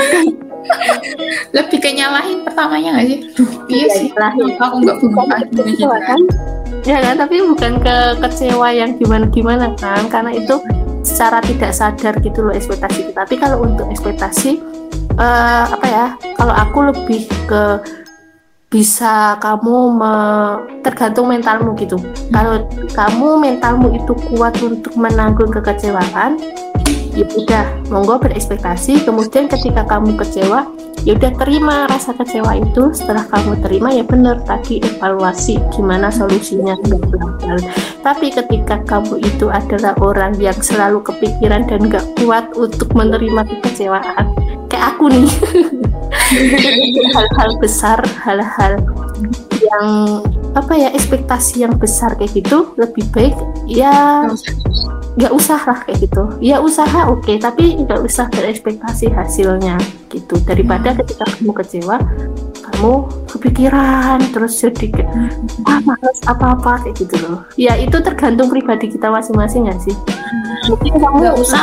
Lebih ke nyalahin pertamanya nggak sih? Iya sih, aku nggak bangun pagi gitu kan. Ya kan, tapi bukan ke kecewa yang gimana-gimana kan, karena itu secara tidak sadar gitu loh ekspektasi kita. Tapi kalau untuk ekspektasi kalau aku lebih ke bisa kamu tergantung mentalmu gitu. Kalau kamu mentalmu itu kuat untuk menanggung kekecewaan, ya udah monggo berekspektasi. Kemudian ketika kamu kecewa, ya udah terima rasa kecewa itu. Setelah kamu terima, ya benar tadi evaluasi gimana solusinya. Tapi ketika kamu itu adalah orang yang selalu kepikiran dan gak kuat untuk menerima kekecewaan, kayak aku nih. Hal-hal besar, hal-hal yang ekspektasi yang besar kayak gitu, lebih baik ya nggak usah lah kayak gitu. Ya usaha oke, tapi nggak usah berekspektasi hasilnya gitu. Daripada ketika kamu kecewa, kamu kepikiran terus jadi kayak malas apa-apa kayak gitu loh. Ya itu tergantung pribadi kita masing-masing nggak sih? Mungkin kamu nggak usah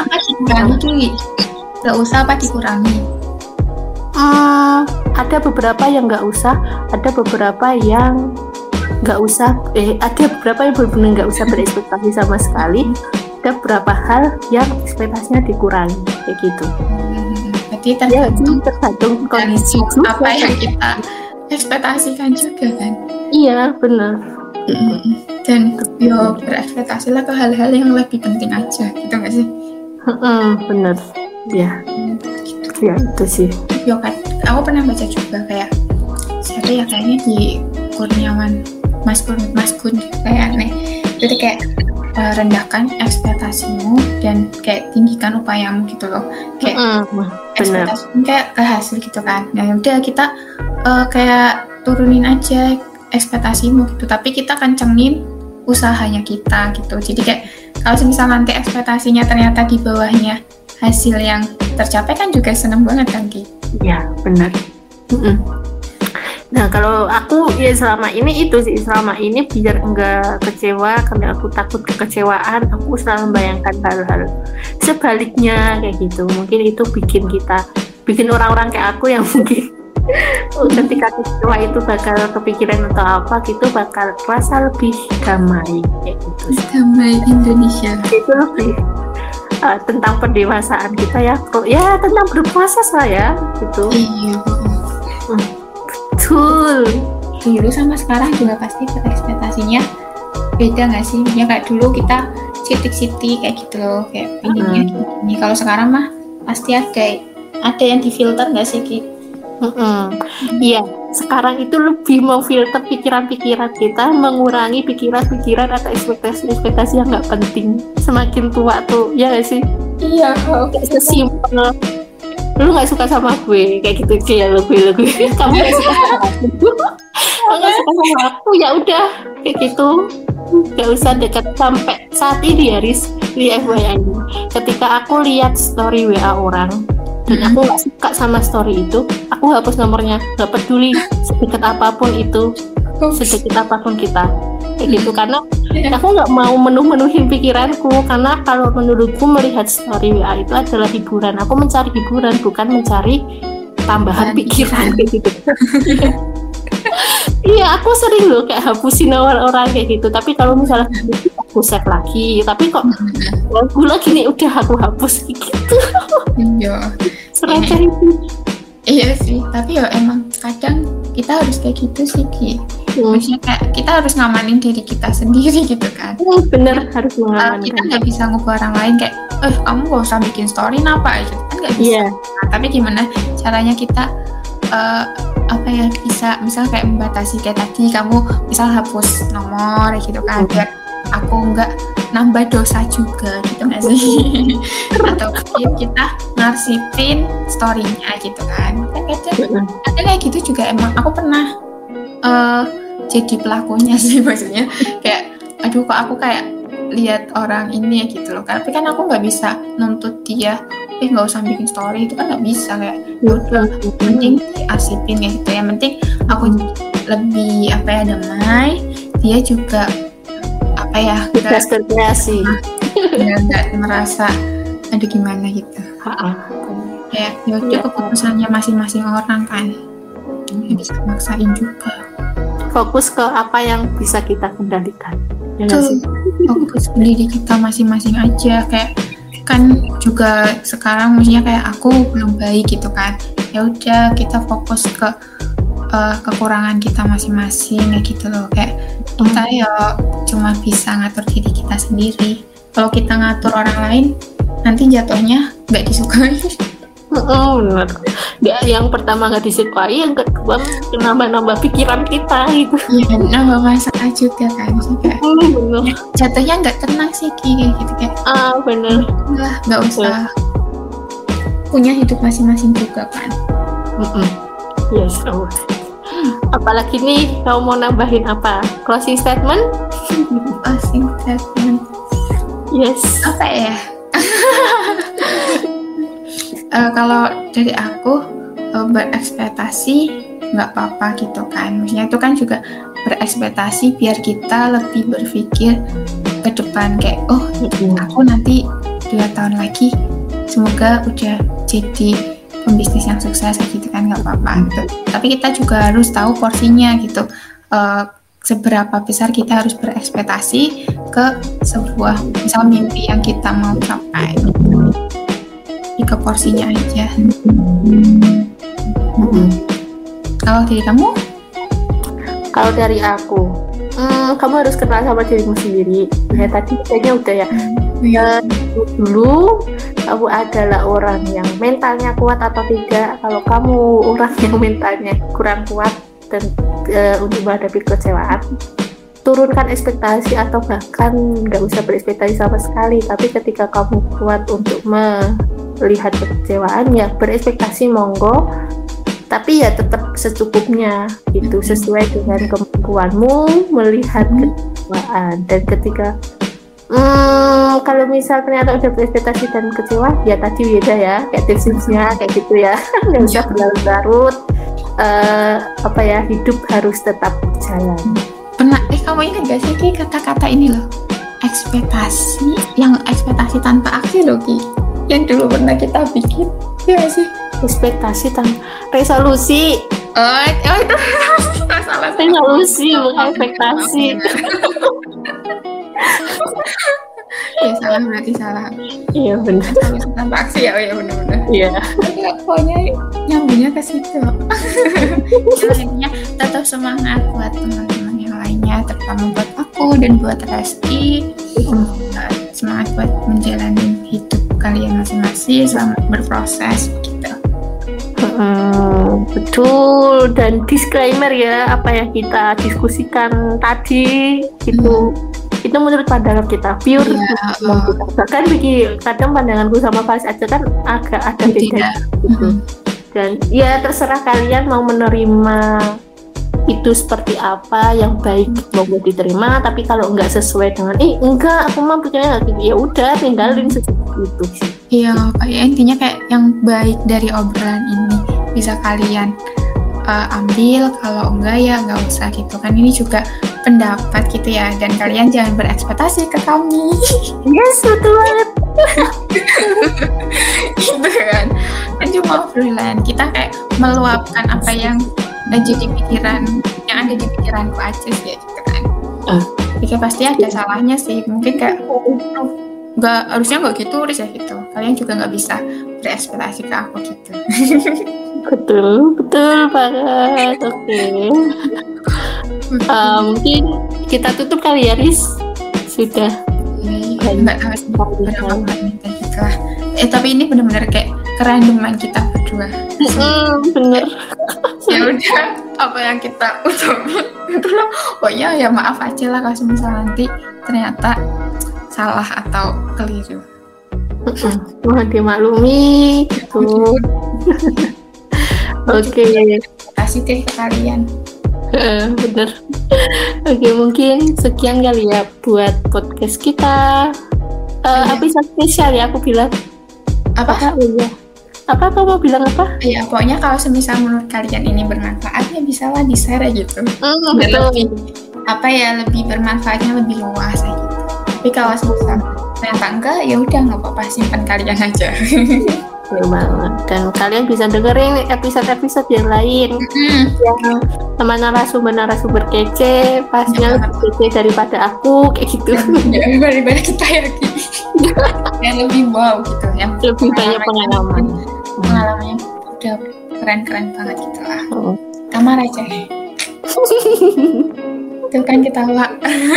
apa dikurangi. Ada beberapa yang nggak usah, ada beberapa yang nggak usah, ada beberapa yang benar-benar nggak usah berekspektasi sama sekali, ada beberapa hal yang ekspektasinya dikurangi kayak gitu. Berarti tergantung kondisi apa yang kita ekspektasikan juga kan. Iya benar. Dan berekspektasilah ke hal-hal yang lebih penting aja gitu nggak sih? Benar ya. Ya itu sih. Yo kan, aku pernah baca juga kayak siapa ya, kayaknya di Kurniawan Mas Gun kayak aneh. Jadi kayak rendahkan ekspektasimu dan kayak tinggikan upayamu gitu loh. Kayak ekspektasimu kayak ke hasil gitu kan. Nah udah kita kayak turunin aja ekspektasimu gitu, tapi kita kencengin usahanya kita gitu. Jadi kayak kalau misalnya nanti ekspektasinya ternyata di bawahnya hasil yang tercapai, kan juga seneng banget kan Ki? Ya benar. Nah kalau aku ya selama ini biar enggak kecewa, karena aku takut kekecewaan, aku selalu membayangkan hal-hal sebaliknya kayak gitu. Mungkin itu bikin orang-orang kayak aku yang mungkin ketika kecewa itu bakal kepikiran atau apa gitu, bakal rasa lebih damai kayak gitu. Damai Indonesia. Itu lebih tentang pendewasaan kita ya tentang berproses lah ya gitu. Iya. Betul. Dulu sama sekarang juga pasti ekspektasinya beda nggak sih? Ya kayak dulu kita sitik-sitik kayak gitu loh, kayak pengennya gini. Kalau sekarang mah pasti ada yang difilter nggak sih Ki? Iya, sekarang itu lebih memfilter pikiran-pikiran kita, mengurangi pikiran-pikiran atau ekspektasi yang nggak penting. Semakin tua tuh, ya nggak sih? Iya. Sesimpel, lu nggak suka sama gue, kayak gitu kayak gue. Kamu nggak suka sama aku, ya udah kayak gitu. Nggak usah dekat sampai saat ini ya, Riz. Di FYI, ketika aku lihat story WA orang dan aku nggak suka sama story itu, aku hapus nomornya. Nggak peduli sedekat apapun itu, sedekat apapun kita kayak gitu, karena Aku nggak mau menuhin pikiranku, karena kalau menurutku melihat story WA itu adalah hiburan. Aku mencari hiburan, bukan mencari tambahan pikiran gitu. Iya, aku sering loh kayak hapusin orang kayak gitu. Tapi kalau misalnya aku save lagi, tapi kok lagu lagi nih udah aku hapus gitu. Iya. Seracah itu. Iya sih, tapi ya emang kadang kita harus kayak gitu sih, Ki. Maksudnya kayak kita harus ngamanin diri kita sendiri gitu kan. Bener, harus mengamankan. Kita nggak bisa ngubah orang lain kayak, kamu gak usah bikin story apa gitu kan, nggak bisa. Yeah. Nah, tapi gimana caranya kita bisa misal kayak membatasi kayak tadi kamu misal hapus nomor gitu kan, biar aku nggak nambah dosa juga gitu nggak sih? Atau mungkin kita ngarsipin story-nya gitu kan. Kadang kayak gitu juga emang aku pernah jadi pelakunya sih, maksudnya kayak aduh kok aku kayak lihat orang ini gitu loh, tapi kan aku nggak bisa nuntut dia nggak usah bikin story, itu kan nggak bisa, kayak udah penting diarsipin kayak gitu. Yang penting aku lebih damai, dia juga berkreasi, nggak merasa ada gimana gitu. Kayak ya udah keputusannya masing-masing orang kan, nggak bisa maksain juga. Fokus ke apa yang bisa kita kendalikan. Fokus ke diri kita masing-masing aja. Kayak kan juga sekarang maksudnya kayak aku belum baik gitu kan, ya udah kita fokus ke kekurangan kita masing-masing kayak gitu loh. Kayak kita ya cuma bisa ngatur diri kita sendiri. Kalau kita ngatur orang lain nanti jatuhnya nggak disukai. Benar. Yang pertama nggak disukai, yang kedua nambah pikiran kita gitu. Iya, nambah masalah juga kan. Kayak jatuhnya nggak tenang sih kayak gitu kayak. Benar. Nggak usah punya hidup masing-masing juga kan. Yes. Apalagi nih, kamu mau nambahin apa? Closing statement? Closing statement. Yes. Apa ya? Kalau dari aku berekspektasi nggak apa-apa gitu kan. Maksudnya itu kan juga berekspektasi biar kita lebih berpikir ke depan kayak aku nanti 2 tahun lagi semoga udah jadi pembisnis yang sukses gitu kan, nggak apa-apa gitu. Tapi kita juga harus tahu porsinya gitu, seberapa besar kita harus berekspektasi ke sebuah misal mimpi yang kita mau capai. Ke porsinya aja. Kalau dari kamu? Kalau dari aku, kamu harus kenal sama dirimu sendiri. Ya tadi kayaknya udah ya. Dulu kamu adalah orang yang mentalnya kuat atau tidak. Kalau kamu orang yang mentalnya kurang kuat dan untuk menghadapi kekecewaan, turunkan ekspektasi atau bahkan nggak usah berekspektasi sama sekali. Tapi ketika kamu kuat untuk melihat kekecewaan, ya berekspektasi monggo, tapi ya tetap secukupnya gitu, sesuai dengan kemampuanmu melihat kekecewaan. Dan ketika kalau misal ternyata udah berekspektasi dan kecewa, ya tadi beda ya, kayak tipsnya kayak gitu ya. Nggak usah berlarut-larut, hidup harus tetap jalan. Pernah kamu ingat gak sih kata-kata ini loh, ekspektasi tanpa aksi loh Ki, yang dulu pernah kita bikin, ya gak sih? Ekspektasi tanpa resolusi. Itu salah. Resolusi bukan ekspektasi. Ya salah, berarti salah. Iya benar. Tanpa aksi ya, benar-benar. Iya. Pokoknya nyambungnya ke situ. Intinya tetap semangat buat teman-teman yang lainnya, terutama buat aku dan buat Resti. Semangat buat menjalani hidup kalian masing-masing, selamat berproses gitu. Betul. Dan disclaimer ya, apa yang kita diskusikan tadi itu menurut pandangan kita pure. Bahkan kadang pandanganku sama Faris aja kan agak ada beda gitu. Dan ya terserah kalian mau menerima itu seperti apa, yang baik mau diterima, tapi kalau nggak sesuai dengan enggak aku mah pikirnya nggak gitu, ya udah tinggalin seperti itu sih. Iya, intinya kayak yang baik dari obrolan ini bisa kalian ambil, kalau enggak ya nggak usah gitu kan. Ini juga pendapat gitu ya, dan kalian jangan berekspektasi ke kami. Yes, betul banget. Gitu kan cuma obrolan kita, kayak meluapkan apa yang ada di pikiranku aja sih ya, gitu kan. Jadi pasti ada salahnya sih, mungkin kayak harusnya nggak gitu Riz ya, gitu. Kalian juga nggak bisa berekspektasi ke aku gitu. Betul banget. Oke. Mungkin kita tutup kali ya, Riz. Sudah. Nggak tahu berapa menit gitu lah. Tapi ini benar-benar kayak kerandoman kita berdua. Bener. Ya udah, apa yang kita ucapin itulah. Oh ya maaf aja lah kalau misalnya nanti ternyata salah atau keliru. Mohon dimaklumi gitu. Oke. Kasih deh ke kalian. Bener. Oke, mungkin sekian kali ya buat podcast kita. Episode spesial ya aku bilang. Apa? Apa kamu mau bilang apa? Ya pokoknya kalau semisal menurut kalian ini bermanfaat ya bisalah di-share gitu. Lebih lebih bermanfaatnya, lebih luas gitu. Tapi kalau semisal ternyata enggak, ya udah nggak apa-apa, simpan kalian aja. Ya banget. Dan kalian bisa dengerin episode-episode yang lain yang sama narasumber kece, pastinya lebih kece daripada aku kayak gitu. Daripada kita ya, yang lebih wow gitu, yang lebih banyak pengalamannya udah keren-keren banget gitu lah. Kamar aja. Itu kan kita lah.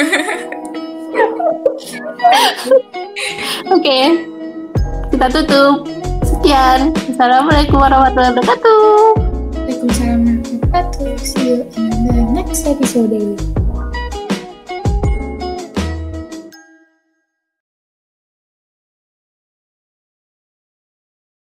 Oke, kita tutup. Sekian. Assalamualaikum warahmatullahi wabarakatuh. Waalaikumsalam warahmatullahi wabarakatuh. See you in the next episode.